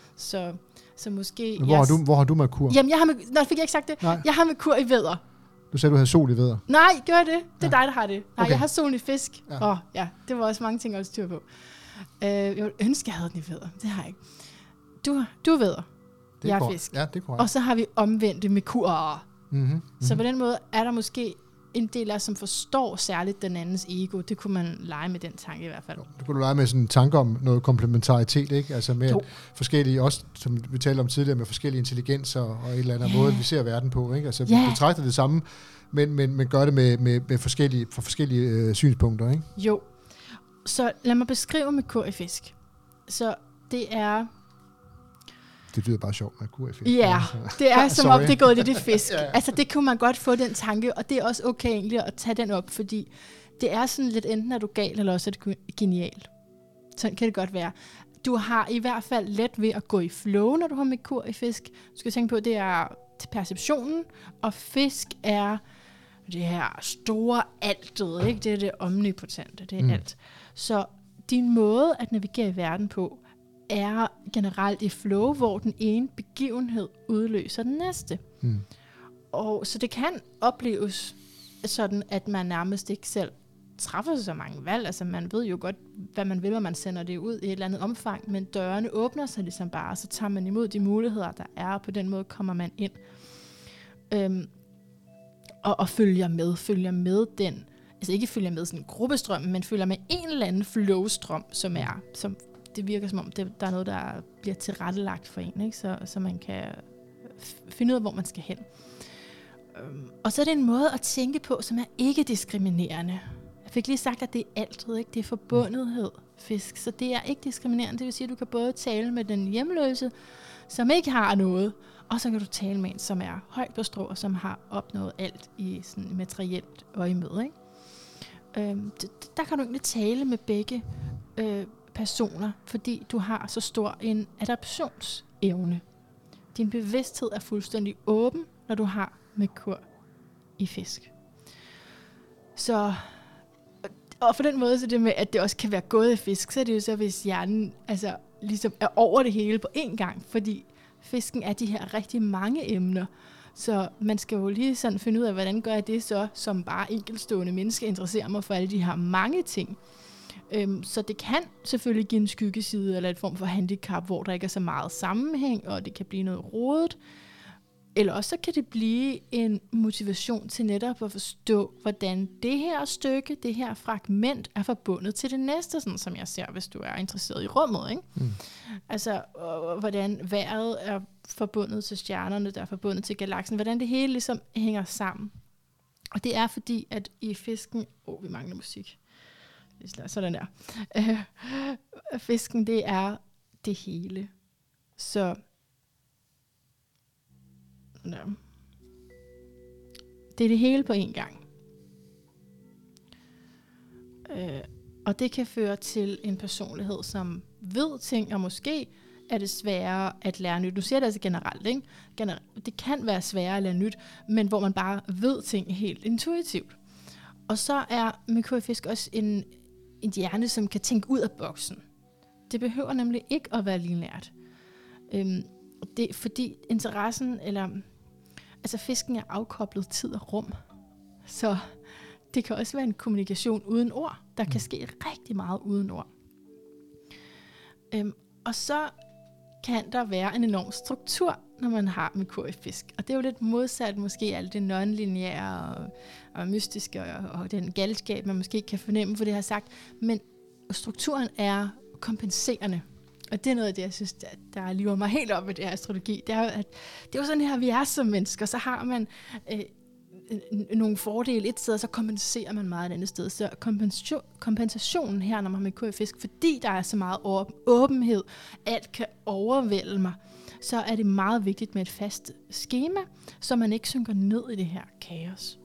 Så måske... Hvor har du Merkur? Jamen, fik jeg ikke sagt det? Nej. Jeg har Merkur i vædder. Du sagde, du havde sol i vædder. Nej, gør det. Det er dig, der har det. Nej, Okay. jeg har sol i fisk. Ja. Det var også mange ting, jeg også styr på. Jeg ville ønske, jeg havde den i vædder. Det har jeg ikke. Du er vædder. Jeg er fisk. Ja, det er korrekt. Og så har vi omvendte Merkurer. Mm-hmm. Så på den måde er der måske en del af os, som forstår særligt den andens ego. Det kunne man lege med den tanke i hvert fald. Det kunne du lege med sådan en tanke om noget komplementaritet, ikke? Altså med forskellige, også som vi talte om tidligere, med forskellige intelligenser og et eller andet måde, vi ser verden på, ikke? Altså vi betragter det samme, men gør det med forskellige synspunkter, ikke? Jo. Så lad mig beskrive Merkur i fisk. Så det er... Det lyder bare sjovt med Merkur i fisk. Ja, det er som om det er gået lidt i fisk. Altså det kunne man godt få den tanke, og det er også okay egentlig at tage den op, fordi det er sådan lidt enten er du gal, eller også er det genialt. Sådan kan det godt være. Du har i hvert fald let ved at gå i flow, når du har Merkur i fisk. Du skal tænke på, at det er til perceptionen, og fisk er det her store altet, ikke? Det er det omnipotente, det er alt. Så din måde at navigere i verden på, er generelt i flow, hvor den ene begivenhed udløser den næste. Og så det kan opleves sådan, at man nærmest ikke selv træffer så mange valg. Altså man ved jo godt, hvad man vil, når man sender det ud i et eller andet omfang, men dørene åbner sig ligesom bare, og så tager man imod de muligheder, der er, og på den måde kommer man ind. Og følger med den, altså ikke følger med sådan en gruppestrøm, men følger med en eller anden flowstrøm, som det virker som om, der er noget, der bliver tilrettelagt for en, ikke? Så man kan finde ud af, hvor man skal hen. Og så er det en måde at tænke på, som er ikke diskriminerende. Jeg fik lige sagt, at det er altid, ikke? Det er forbundethed, fisk. Så det er ikke diskriminerende. Det vil sige, at du kan både tale med den hjemløse, som ikke har noget, og så kan du tale med en, som er højt på strå, og som har opnået alt i sådan materielt øjemed, ikke? Der kan du egentlig tale med begge personer, fordi du har så stor en adaptionsevne. Din bevidsthed er fuldstændig åben, når du har Merkur i fisk. Så, og for den måde, så det med, at det også kan være gået i fisk, så er det jo så, hvis hjernen altså, ligesom er over det hele på én gang, fordi fisken er de her rigtig mange emner. Så man skal jo lige sådan finde ud af, hvordan gør jeg det så, som bare enkeltstående menneske interesserer mig for alle de her mange ting. Så det kan selvfølgelig give en skyggeside eller et form for handicap, hvor der ikke er så meget sammenhæng, og det kan blive noget rodet. Eller også så kan det blive en motivation til netop at forstå, hvordan det her stykke, det her fragment er forbundet til det næste, sådan som jeg ser, hvis du er interesseret i rummet, ikke? Altså, hvordan vejret er forbundet til stjernerne, der er forbundet til galaksen, hvordan det hele ligesom hænger sammen. Og det er fordi, at i fisken... vi mangler musik. Sådan der. Fisken, det er det hele. Så... Ja. Det er det hele på én gang. Og det kan føre til en personlighed, som ved ting, og måske er det sværere at lære nyt. Nu siger det altså generelt, ikke? Det kan være sværere at lære nyt, men hvor man bare ved ting helt intuitivt. Og så er Merkur i fisk også en hjerne, som kan tænke ud af boksen. Det behøver nemlig ikke at være lineært. Det er fordi interessen, altså fisken er afkoblet tid og rum. Så det kan også være en kommunikation uden ord. Der kan ske rigtig meget uden ord. Og så kan der være en enorm struktur, når man har Merkur i fisk. Og det er jo lidt modsat måske alt det non-lineære og mystiske og den galskab, man måske kan fornemme for det, jeg har sagt. Men strukturen er kompenserende. Og det er noget af det, jeg synes, der lever mig helt op med det her astrologi. Det er jo, at det er jo sådan her, vi er som mennesker. Så har man nogle fordele et sted, og så kompenserer man meget et andet sted. Så kompensationen her, når man har Merkur i fisk, fordi der er så meget åbenhed, alt kan overvælde mig, så er det meget vigtigt med et fast schema, så man ikke synker ned i det her kaos.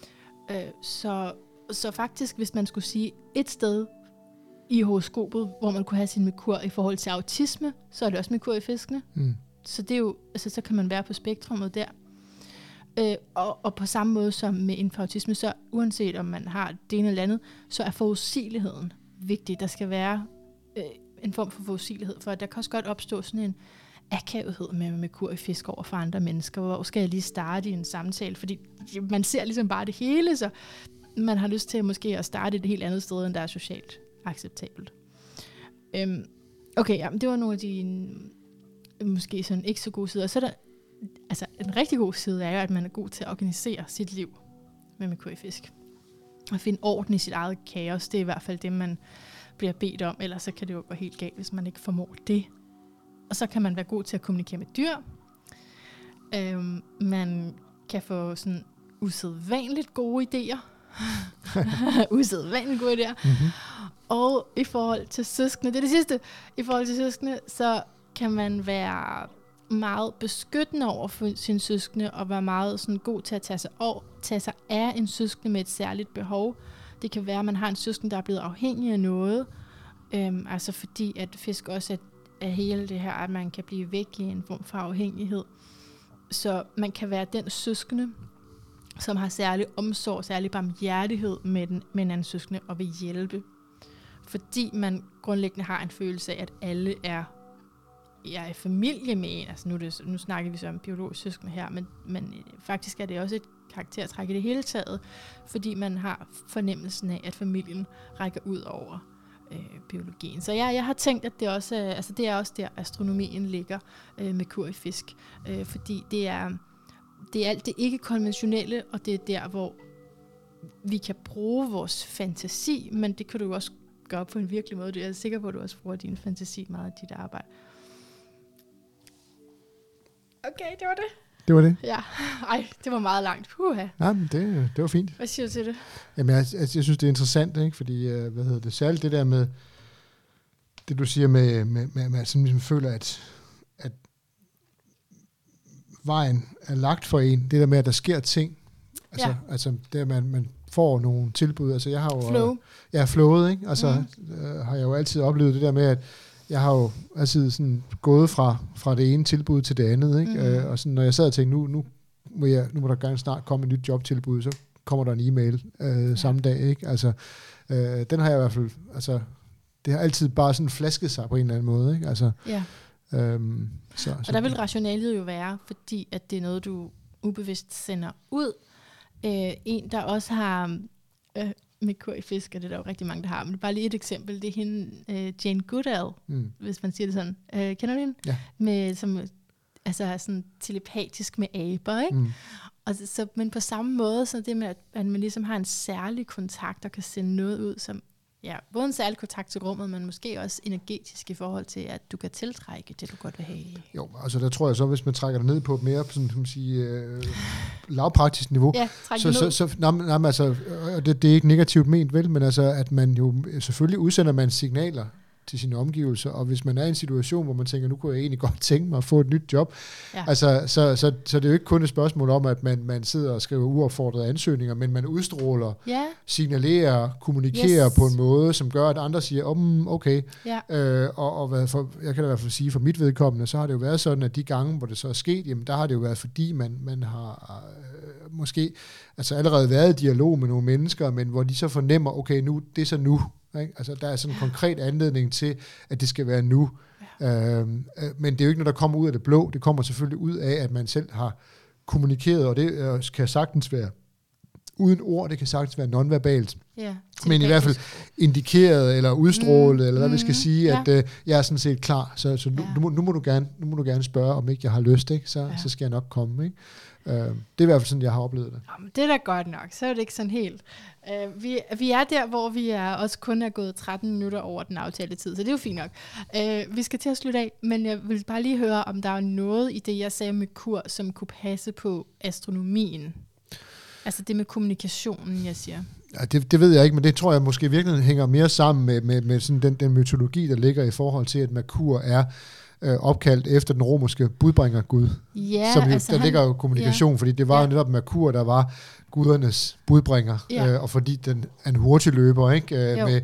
Så faktisk, hvis man skulle sige et sted i horoskopet, hvor man kunne have sin Merkur i forhold til autisme, så er det også Merkur i fiskene. Så det er jo, altså, så kan man være på spektrummet der. Og på samme måde som med inden for autisme, så uanset om man har det ene eller andet, så er forudsigeligheden vigtig. Der skal være en form for forudsigelighed, for der kan også godt opstå sådan en akavethed med Merkur i fisk over for andre mennesker. Hvor skal jeg lige starte i en samtale? Fordi man ser ligesom bare det hele, så man har lyst til måske at starte et helt andet sted, end der er socialt acceptabelt. Okay, ja, det var nogle af de måske sådan ikke så gode sider. Så er der, altså en rigtig god side er jo, at man er god til at organisere sit liv med Merkur i fisk. At finde orden i sit eget kaos, det er i hvert fald det, man bliver bedt om, ellers så kan det jo gå helt galt, hvis man ikke formår det. Og så kan man være god til at kommunikere med dyr. Man kan få sådan usædvanligt gode idéer. Usædvanligt gode idéer. Mm-hmm. Og i forhold til søskende, det er det sidste, i forhold til søskende, så kan man være meget beskyttende over for sine søskende, og være meget sådan god til at tage sig af en søskende med et særligt behov. Det kan være, at man har en søskende, der er blevet afhængig af noget. Altså fordi, at fisk også er hele det her, at man kan blive væk i en form for afhængighed. Så man kan være den søskende, som har særlig omsorg, særlig barmhjertighed med en anden søskende, og vil hjælpe. Fordi man grundlæggende har en følelse af, at alle er i familie med en. Altså nu snakker vi så om biologisk søskende her, men faktisk er det også et karaktertræk i det hele taget, fordi man har fornemmelsen af, at familien rækker ud over biologien. Så jeg har tænkt, at det også det er også der, astronomien ligger med Merkur i fisk, fordi det er alt det ikke-konventionelle, og det er der, hvor vi kan bruge vores fantasi, men det kan du også gøre på en virkelig måde. Jeg er sikker på, at du også bruger din fantasi meget i dit arbejde. Okay, det var det. Det var det? Ja. Ej, det var meget langt. Nej, men det var fint. Hvad siger du til det? Jamen, jeg synes, det er interessant, ikke? Fordi, særligt det der med, det du siger med at sådan ligesom føler, at vejen er lagt for en. Det der med, at der sker ting. Altså det, at man får nogle tilbud. Altså, jeg har jo... Flow. Flowet, ikke? Altså, har jeg jo altid oplevet det der med, at jeg har jo altid sådan gået fra det ene tilbud til det andet, ikke? Og sådan, når jeg sad og tænkte, nu må der gerne snart komme et nyt jobtilbud, så kommer der en e-mail samme dag, ikke? Altså, den har jeg i hvert fald, altså, det har altid bare sådan flasket sig på en eller anden måde, ikke? Altså, ja. Og der vil rationalet jo være, fordi at det er noget, du ubevidst sender ud. En, der også har Merkur i fisk, og det er der jo rigtig mange, der har. Men bare lige et eksempel, det er hende, Jane Goodall, hvis man siger det sådan. Kender du hende? Ja. Altså sådan telepatisk med aber, ikke? Og men på samme måde, så det med, at man ligesom har en særlig kontakt, og kan sende noget ud, som både en særlig kontakt til rummet, men måske også energetisk i forhold til, at du kan tiltrække det, du godt vil have. Jo, altså der tror jeg så, hvis man trækker det ned på et mere sådan, kan man sige, lavpraktisk niveau, det er ikke negativt ment, vel, men altså, at man jo selvfølgelig udsender man signaler til sine omgivelser, og hvis man er i en situation, hvor man tænker, nu kunne jeg egentlig godt tænke mig at få et nyt job, altså, så det er jo ikke kun et spørgsmål om, at man sidder og skriver uopfordrede ansøgninger, men man udstråler, signalerer, kommunikerer på en måde, som gør, at andre siger, okay, og jeg kan da i hvert fald sige, for mit vedkommende, så har det jo været sådan, at de gange, hvor det så er sket, jamen der har det jo været, fordi man har måske altså allerede været i dialog med nogle mennesker, men hvor de så fornemmer, okay, nu, det er så nu. Ikke? Altså, der er sådan en konkret anledning til, at det skal være nu. Men det er jo ikke noget, der kommer ud af det blå. Det kommer selvfølgelig ud af, at man selv har kommunikeret, og det kan sagtens være uden ord, det kan sagtens være nonverbalt. Men i hvert fald indikeret eller udstrålet, eller hvad vi skal sige, at jeg er sådan set klar. Så nu må du gerne spørge, om ikke jeg har lyst, ikke? Så skal jeg nok komme. Ikke? Det er i hvert fald sådan, jeg har oplevet det. Jamen, det er da godt nok. Så er det ikke sådan helt. Vi er der, hvor vi også kun er gået 13 minutter over den aftalte tid, så det er jo fint nok. Vi skal til at slutte af, men jeg vil bare lige høre, om der er noget i det, jeg sagde med Merkur, som kunne passe på astronomien. Altså det med kommunikationen, jeg siger. Ja, det ved jeg ikke, men det tror jeg måske virkelig hænger mere sammen med sådan den mytologi, der ligger i forhold til, at Merkur er opkaldt efter den romerske budbringergud. Ja, som altså der ligger jo kommunikation, fordi det var jo netop Merkur, der var gudernes budbringer, og fordi han hurtigt løber, ikke? Med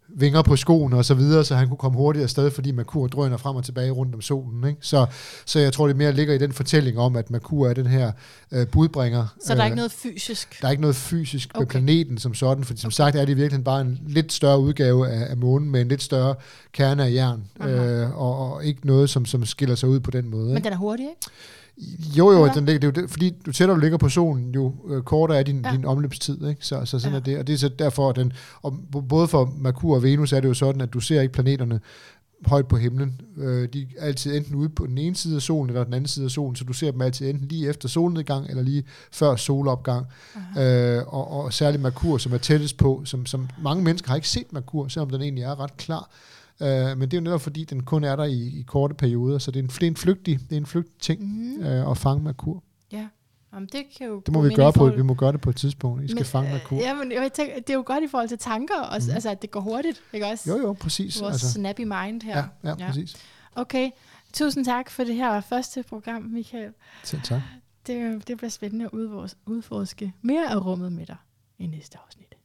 vinger på skoen og så videre, så han kunne komme hurtigere afsted, fordi Merkur drøner frem og tilbage rundt om solen. Ikke? Så jeg tror, det mere ligger i den fortælling om, at Merkur er den her budbringer. Så der er ikke noget fysisk? Der er ikke noget fysisk med planeten som sådan, for som sagt er det virkelig bare en lidt større udgave af månen, med en lidt større kerne af jern, og ikke noget, som skiller sig ud på den måde. Men den er hurtig, ikke? Jo, den ligger, det er jo fordi du tættere du ligger på solen, jo kortere er din omløbstid, ikke? Så sådan er det, og det er så derfor, at både for Merkur og Venus er det jo sådan, at du ser ikke planeterne højt på himlen. De er altid enten ude på den ene side af solen, eller den anden side af solen, så du ser dem altid enten lige efter solnedgang, eller lige før solopgang. Og særligt Merkur, som er tættest på, som mange mennesker har ikke set Merkur, selvom den egentlig er ret klar. Men det er jo netop fordi, den kun er der i korte perioder, så det er en flygtig ting at fange Merkur. Ja, jamen, det kan jo... Det må vi må gøre det på et tidspunkt. I skal fange Merkur. Ja, men jeg tænker, det er jo godt i forhold til tanker også, altså at det går hurtigt, ikke også? Jo, præcis. Vores snappy mind her. Ja, præcis. Okay, tusind tak for det her første program, Michael. Selv tak. Det bliver spændende at udforske mere af rummet med dig i næste afsnit.